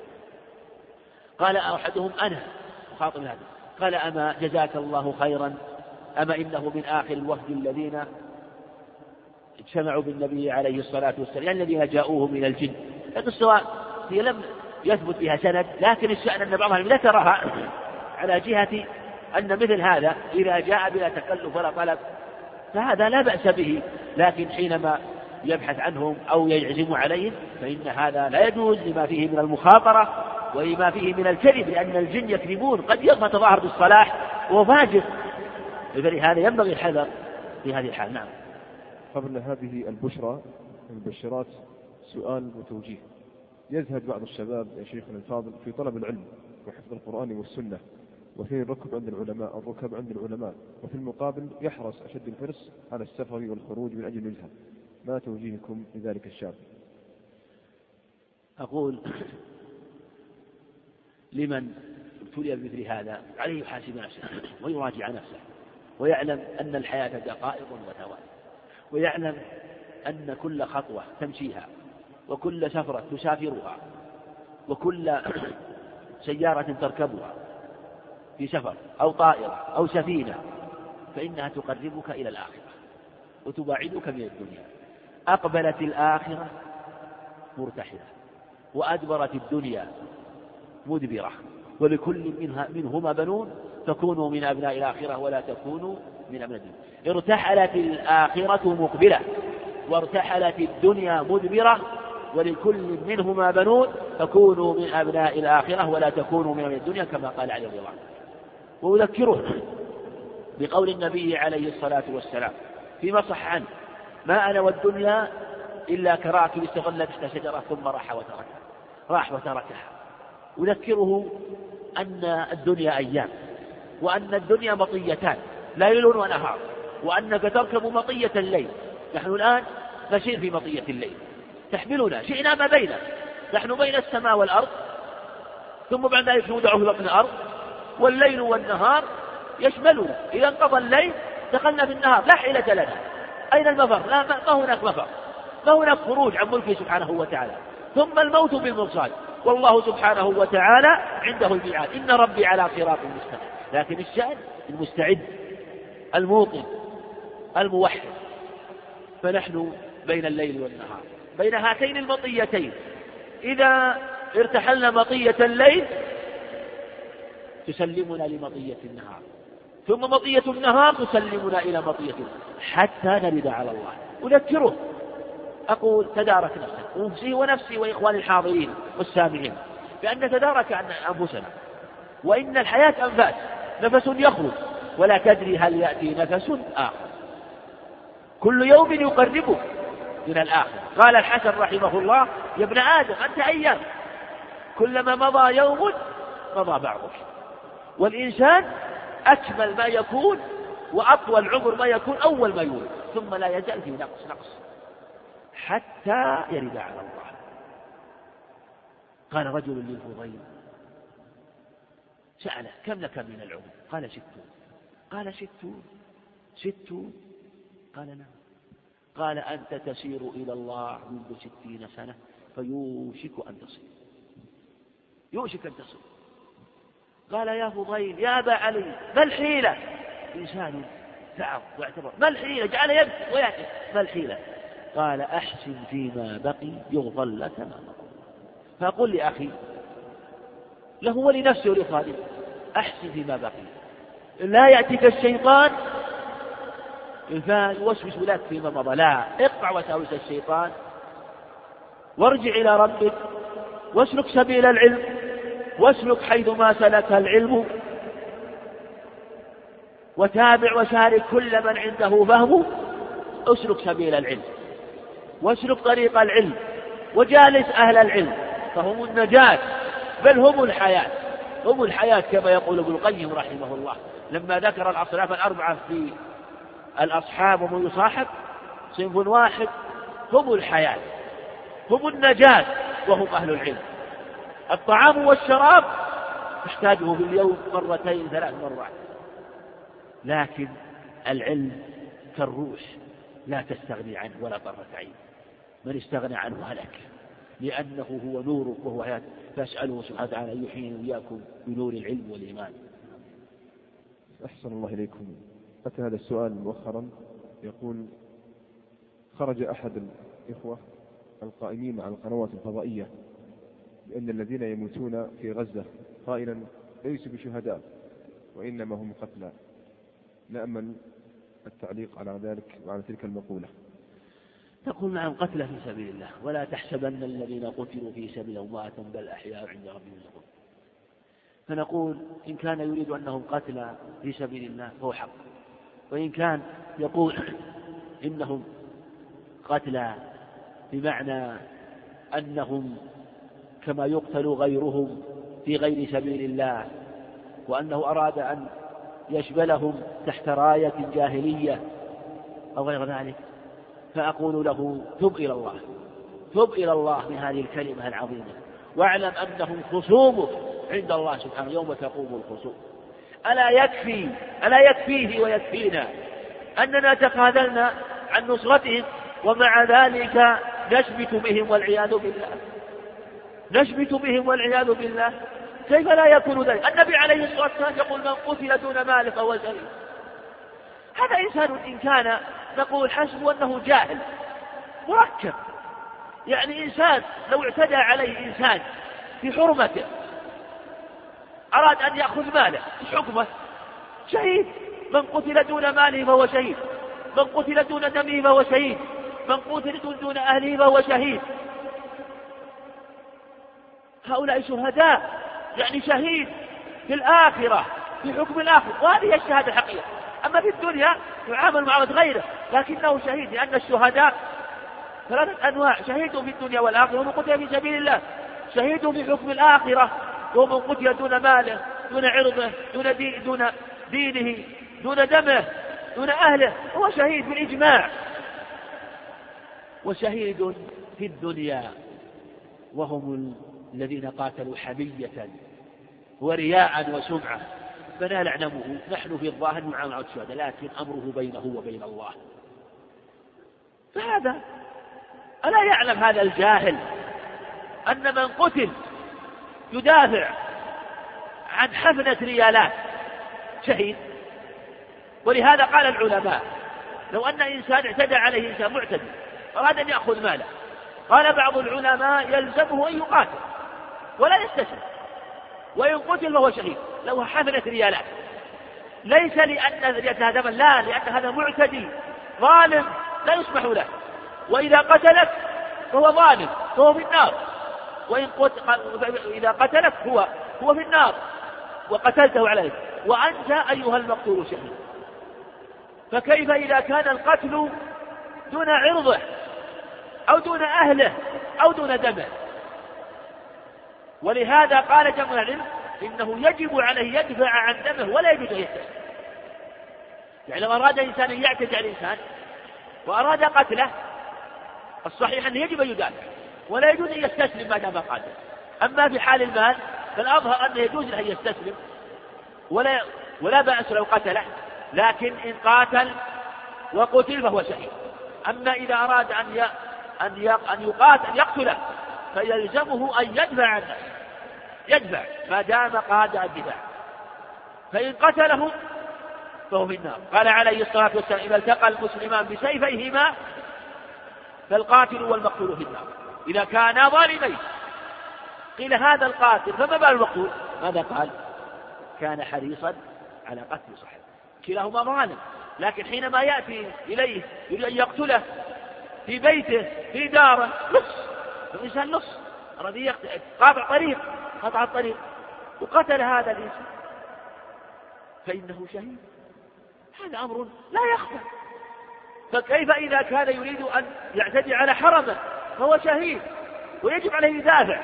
قال أحدهم أنا خاطب هذا، قال أما جزاك الله خيرا، أما إنه من آخر الوفد الذين اجتمعوا بالنبي عليه الصلاة والسلام، يعني الذين جاءوه من الجن. القصة هي لم يثبت بها سند، لكن الشأن أن بعضها ذكرها على جهة أن مثل هذا إذا جاء بلا تكلف ولا طلب فهذا لا بأس به، لكن حينما يبحث عنهم أو يعزم عليهم فإن هذا لا يجوز لما فيه من المخاطرة ولما فيه من الكذب، لأن الجن يكذبون، قد يتظاهر بالصلاح وفاجر، فلهذا ينبغي الحذر في هذه الحال. نعم. قبل هذه البشرى المبشرات سؤال وتوجيه. يزهد بعض الشباب يا شيخنا الفاضل في طلب العلم وحفظ القرآن والسنة وفي الركب عند العلماء الركب عند العلماء وفي المقابل يحرص أشد الحرص على السفر والخروج من أجل الوجهة، ما توجيهكم لذلك الشاب؟ أقول لمن ابتلي بمثل هذا عليه يحاسب نفسه ويراجع نفسه، ويعلم أن الحياة دقائق وثواني، ويعلم أن كل خطوة تمشيها وكل سفرة تسافرها وكل سيارة تركبها في سفر أو طائرة أو سفينة فإنها تقربك إلى الآخرة وتباعدك من الدنيا. أقبلت الآخرة مرتحلة وأدبرت الدنيا مدبرة، ولكل منها منهما بنون تكونوا من أبناء الآخرة ولا تكونوا من أبناء الدنيا. ارتحلت الآخرة مقبلة وارتحلت الدنيا مدبرة، ولكل منهما بنون تكونوا من أبناء الآخرة ولا تكونوا من أبناء الدنيا كما قال عليه رضي الله عنه. وأذكره بقول النبي عليه الصلاة والسلام فيما صح عنه: ما أنا والدنيا إلا كراكب استظل تحت شجرة ثم راح وتركها راح وتركها. أذكره أن الدنيا أيام، وأن الدنيا مطيتان ليل ونهار، وأنك تركب مطية الليل. نحن الآن نسير في مطية الليل تحملنا شئنا ما بيننا، نحن بين السماء والأرض، ثم بعد ذلك نودع في بطن الأرض، والليل والنهار يشملنا. إذا انقضى الليل دخلنا في النهار لا حيلة لنا. أين المفر؟ لا، ما هناك مفر، ما هناك خروج عن ملكه سبحانه وتعالى. ثم الموت بالمرصاد، والله سبحانه وتعالى عنده الميعاد. إن ربي على صراط مستقيم. لكن الشأن المستعد الموطن الموحد. فنحن بين الليل والنهار، بين هاتين المطيتين. إذا ارتحلنا مطية الليل تسلمنا لمطية النهار، ثم مطية النهار تسلمنا إلى مطية حتى نرد على الله. أذكره أقول: تدارك نفسك ونفسي ونفسي وإخواني الحاضرين والسامعين بأن نتدارك عن أنفسنا، وإن الحياة أنفاس، نفس يخرج ولا تدري هل يأتي نفس آخر. كل يوم يقربك من الآخر. قال الحسن رحمه الله: يا ابن آدم أنت أيام، كلما مضى يوم مضى بعضك. والإنسان أكمل ما يكون وأطول عمر ما يكون أول ما يولد، ثم لا يزال في نقص نقص حتى يرد على الله. قال رجل للفضيل سأله: كم لك من العمر؟ قال: ستون. قال: ستون ستون قال: نعم. قال: أنت تسير إلى الله منذ ستين سنة فيوشك أن تصل يوشك أن تصل. قال: يا فضيل يا أبا علي ما الحيلة؟ إنسان تعب واعتبر، ما الحيلة؟ جعل يبكي ويأتي، ما الحيلة؟ قال: أحسن فيما بقي يغفر لك ما مضى. فأقول لأخي له ولنفسه ولإخوانه: أحسن فيما بقي، لا يأتيك الشيطان فيوسوس لك فيما مضى، لا، اقطع وساوس الشيطان وارجع إلى ربك واسلك سبيل العلم، واسلك حيث ما سلك العلم، وتابع وسارك كل من عنده فهم. اسلك سبيل العلم واسلك طريق العلم وجالس أهل العلم، فهم النجاة بل هم الحياة. هم الحياة كما يقول ابن القيم رحمه الله لما ذكر الأصناف الأربعة في الأصحاب ومن يصاحب، صنف واحد هم الحياة، هم النجاة وهم أهل العلم. الطعام والشراب تحتاجه في اليوم مرتين ثلاث مرات، لكن العلم كالروح لا تستغني عنه ولا طرة عين. من استغنى عنه هلك، لأنه هو نورك وهو حياتك. فأسأله سبحانه وتعالى أن يحيينا وإياكم بنور العلم والإيمان. أحسن الله إليكم. أتى هذا السؤال مؤخرا يقول: خرج أحد الإخوة القائمين على القنوات الفضائية بأن الذين يموتون في غزة قائلا ليسوا بشهداء وإنما هم قتلى. نأمل التعليق على ذلك وعلى تلك المقولة. تقول: نعم، قتلى في سبيل الله، ولا تحسبن الذين قتلوا في سبيل الله أمواتا بل أحياء عند ربهم يرزقون. فنقول: إن كان يريد أنهم قتلى في سبيل الله فهو حق، وإن كان يقول إنهم قتلى بمعنى أنهم كما يقتل غيرهم في غير سبيل الله، وأنه أراد أن يشملهم تحت راية جاهلية أو غير ذلك، فأقول له: تب إلى الله تب إلى الله من هذه الكلمة العظيمة، واعلم أنهم خصومك عند الله سبحانه يوم تقوم الخصوم. ألا يكفي ألا يكفيه ويكفينا أننا تخاذلنا عن نصرتهم ومع ذلك نشبت بهم والعياذ بالله نشبت بهم والعياذ بالله كيف لا يكون ذلك؟ النبي عليه الصلاة والسلام يقول من قتل دون ماله فهو شهيد. هذا إنسان إن كان نقول حسب أنه جاهل مركب، يعني إنسان لو اعتدى عليه إنسان في حرمته أراد أن يأخذ ماله حكمه شهيد. من قتل دون ماله فهو شهيد، من قتل دون دمه فهو شهيد، من قتل دون أهله فهو شهيد. هؤلاء شهداء، يعني شهيد في الآخرة في حكم الآخرة، وهذه الشهادة الحقيقية. أما في الدنيا يعامل معاملة غيره، لكنه شهيد، لأن الشهداء ثلاثة أنواع: شهيد في الدنيا والآخرة ومن قتل في سبيل الله، شهيد في حكم الآخرة ومن قتل دون ماله دون عرضه دون, دي دون دينه دون دمه دون أهله هو شهيد بالإجماع. وشهيد في الدنيا وهم الذين قاتلوا حمية ورياء وسمعة فلا نعلمه نحن في الظاهر معاملة الشهداء، لكن أمره بينه وبين الله. فهذا ألا يعلم هذا الجاهل أن من قتل يدافع عن حفنة ريالات شهيد؟ ولهذا قال العلماء لو أن إنسان اعتدى عليه إنسان معتدي أراد أن يأخذ ماله، قال بعض العلماء يلزمه أن يقاتل ولا يستسلم، وإن قتل فهو شهيد لو حفنة ريالات، ليس لأن ريالة هذا لا، لأن هذا معتدي ظالم لا يسمح له، وإذا قتلك فهو ظالم فهو في النار، وإن إذا قتلك هو هو في النار وقتلته عليه، وأنت أيها المقتول شهيد. فكيف إذا كان القتل دون عرضه أو دون أهله أو دون دمه؟ ولهذا قال جمع العلم إنه يجب عليه يدفع عن دمه ولا يجوز أن يستسلم. يعني لو أراد إنسان أن يعتدي على الإنسان وأراد قتله الصحيح أنه يجب أن يدافع ولا يجوز أن يستسلم ما دام قاتل. أما في حال المال فالأظهر أنه يجوز له أن يستسلم ولا ولا بأس لو قتله، لكن إن قاتل وقتل فهو شهيد. أما إذا أراد أن أن أن يقاتل يقتله فيلزمه أن يدفع عنه، يدفع ما دام قادر الدفاع، فإن قتله فهو في النار. قال عليه الصلاة والسلام إذا التقى المسلمان بسيفيهما فالقاتل والمقتول في النار إذا كانا ظالمين. قيل هذا القاتل فما بال المقتول؟ ماذا قال؟ كان حريصا على قتل صاحبه. كلاهما ظالم، لكن حينما يأتي إليه يريد أن يقتله في بيته في داره نص الإنسان نص أراد قاطع طريق قطع الطريق وقتل هذا الإنسان فإنه شهيد. هذا أمر لا يخفى. فكيف إذا كان يريد أن يعتدي على حرمه فهو شهيد ويجب عليه يدافع؟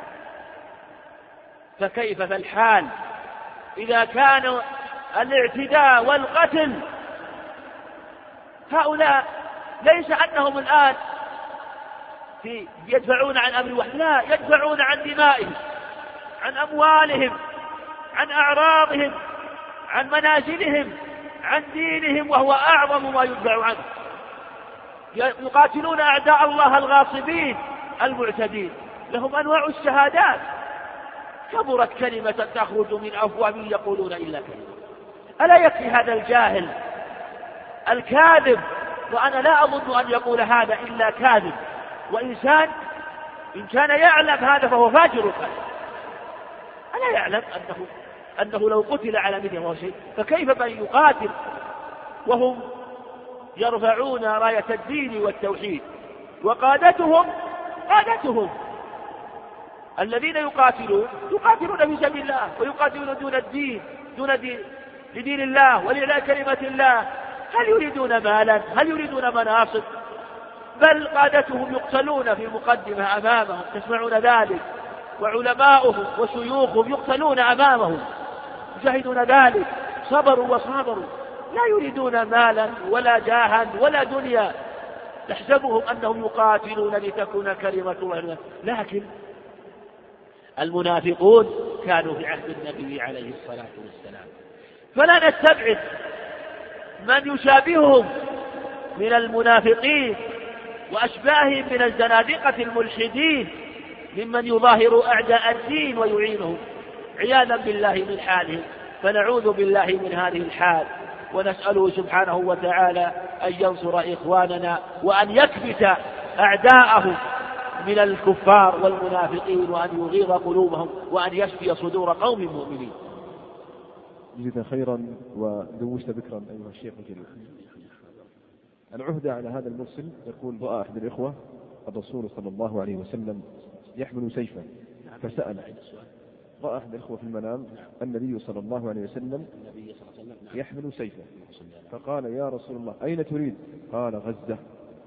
فكيف فالحال إذا كان الاعتداء والقتل هؤلاء ليس أنهم الآن في يدفعون عن أمر واحد، لا، يدفعون عن دمائهم عن أموالهم عن أعراضهم عن منازلهم عن دينهم، وهو أعظم ما يدفع عنه. يقاتلون أعداء الله الغاصبين المعتدين، لهم أنواع الشهادات كبرت كلمة تخرج من أفواههم يقولون إلا كلمة. ألا يكفي هذا الجاهل الكاذب؟ وأنا لا أظن أن يقول هذا إلا كاذب، وإنسان إن كان يعلم هذا فهو فاجر كاذب. ألا يعلم أنه أنه لو قتل على مثل هذا شيء؟ فكيف من يقاتل وهم يرفعون راية الدين والتوحيد، وقادتهم قادتهم الذين يقاتلون يقاتلون في سبيل الله ويقاتلون دون الدين دون دين لدين الله ولإعلاء كلمة الله. هل يريدون مالا؟ هل يريدون مناصب؟ بل قادتهم يقتلون في مقدمة أمامهم، تسمعون ذلك، وعلماؤهم وشيوخهم يقتلون أمامهم، يشاهدون ذلك، صبروا وصابروا، لا يريدون مالا ولا جاها ولا دنيا، تحسبهم أنهم يقاتلون لتكون كلمة الله، لكن المنافقون كانوا في عهد النبي عليه الصلاة والسلام. فلا نستبعد من يشابههم من المنافقين وأشباههم من الزنادقة الملحدين ممن يظاهر أعداء الدين ويعينهم، عياذا بالله من حالهم. فنعوذ بالله من هذه الحال، ونسأله سبحانه وتعالى أن ينصر إخواننا وأن يكبت أعداءهم من الكفار والمنافقين، وأن يغيظ قلوبهم، وأن يشفي صدور قوم مؤمنين. جزاك خيرا ودوشت بكرا أيها الشيخ الكريم. العهدة على هذا المرسل يقول: رأى أحد الإخوة الرسول صلى الله عليه وسلم يحمل سيفا فسأل. رأى أحد الإخوة في المنام النبي صلى الله عليه وسلم يحمل سيفا، فقال: يا رسول الله أين تريد؟ قال: غزة.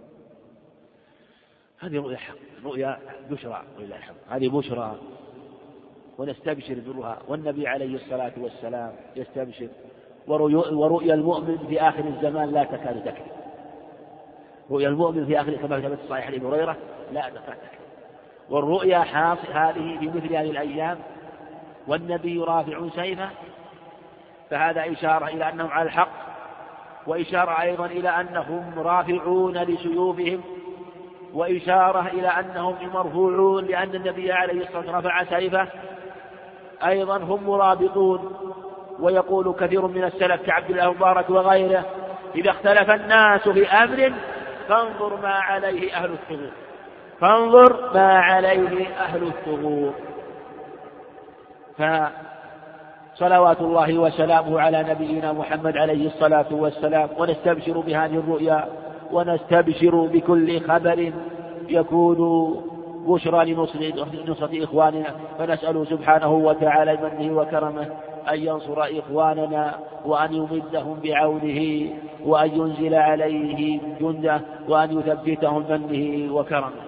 هذه رؤيا حق، رؤيا بشرى، ولله الحمد، هذه بشرى ونستبشر برها، والنبي عليه الصلاة والسلام يستبشر. ورؤيا المؤمن في آخر الزمان لا تكاد تكذب. رؤيا المؤمن في آخر، كما ثبت صحيح أبي هريرة، لا تكاد تكذب. والرؤيا حاصل هذه في مثل هذه الأيام، والنبي رافع سيفه، فهذا إشارة إلى أنهم على الحق، وإشارة أيضا إلى أنهم رافعون لسيوفهم، وإشارة إلى أنهم مرفوعون لأن النبي عليه الصلاة والسلام رفع سيفه. أيضا هم مرابطون. ويقول كثير من السلف كعبد الله المبارك وغيره: إذا اختلف الناس في أمر فانظر ما عليه أهل الثغور، فانظر ما عليه أهل الثغور. فصلوات الله وسلامه على نبينا محمد عليه الصلاة والسلام، ونستبشر بهذه الرؤيا، ونستبشر بكل خبر يكون بشرى لنصرة إخواننا. فنسأل سبحانه وتعالى منه وكرمه أن ينصر إخواننا، وأن يمدهم بعونه، وأن ينزل عليه جنده، وأن يثبتهم منه وكرمه.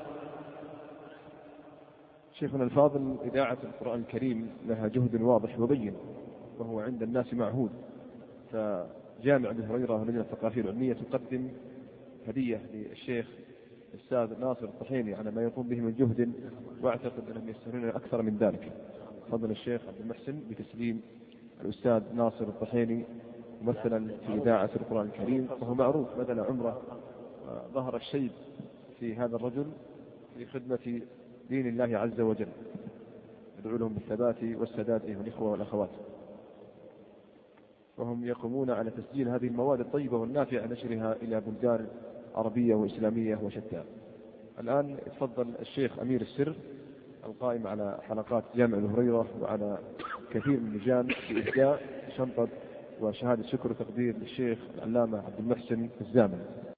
شيخنا الفاضل، إذاعة القرآن الكريم لها جهد واضح وبين، وهو عند الناس معهود. فجامع ابي هريرة اللجنة الثقافية العلمية تقدم هدية للشيخ الأستاذ ناصر الطحيني على ما يقوم به من جهد، وأعتقد أنهم يستهلون أكثر من ذلك. فضل الشيخ عبد المحسن بتسليم الأستاذ ناصر الطحيني ممثلا في إذاعة القرآن الكريم، وهو معروف بدل عمره. ظهر الشيب في هذا الرجل في خدمة دين الله عز وجل. ندعو لهم بالثبات والسداد أيها الإخوة والأخوات. وهم يقومون على تسجيل هذه المواد الطيبة والنافعة، نشرها إلى بلدان عربية وإسلامية وشتى. الآن يتفضل الشيخ أمير السر القائم على حلقات جامع ابي هريرة وعلى كثير من اللجان في إهداء شنطة وشهادة شكر وتقدير للشيخ العلامة عبد المحسن الزامل.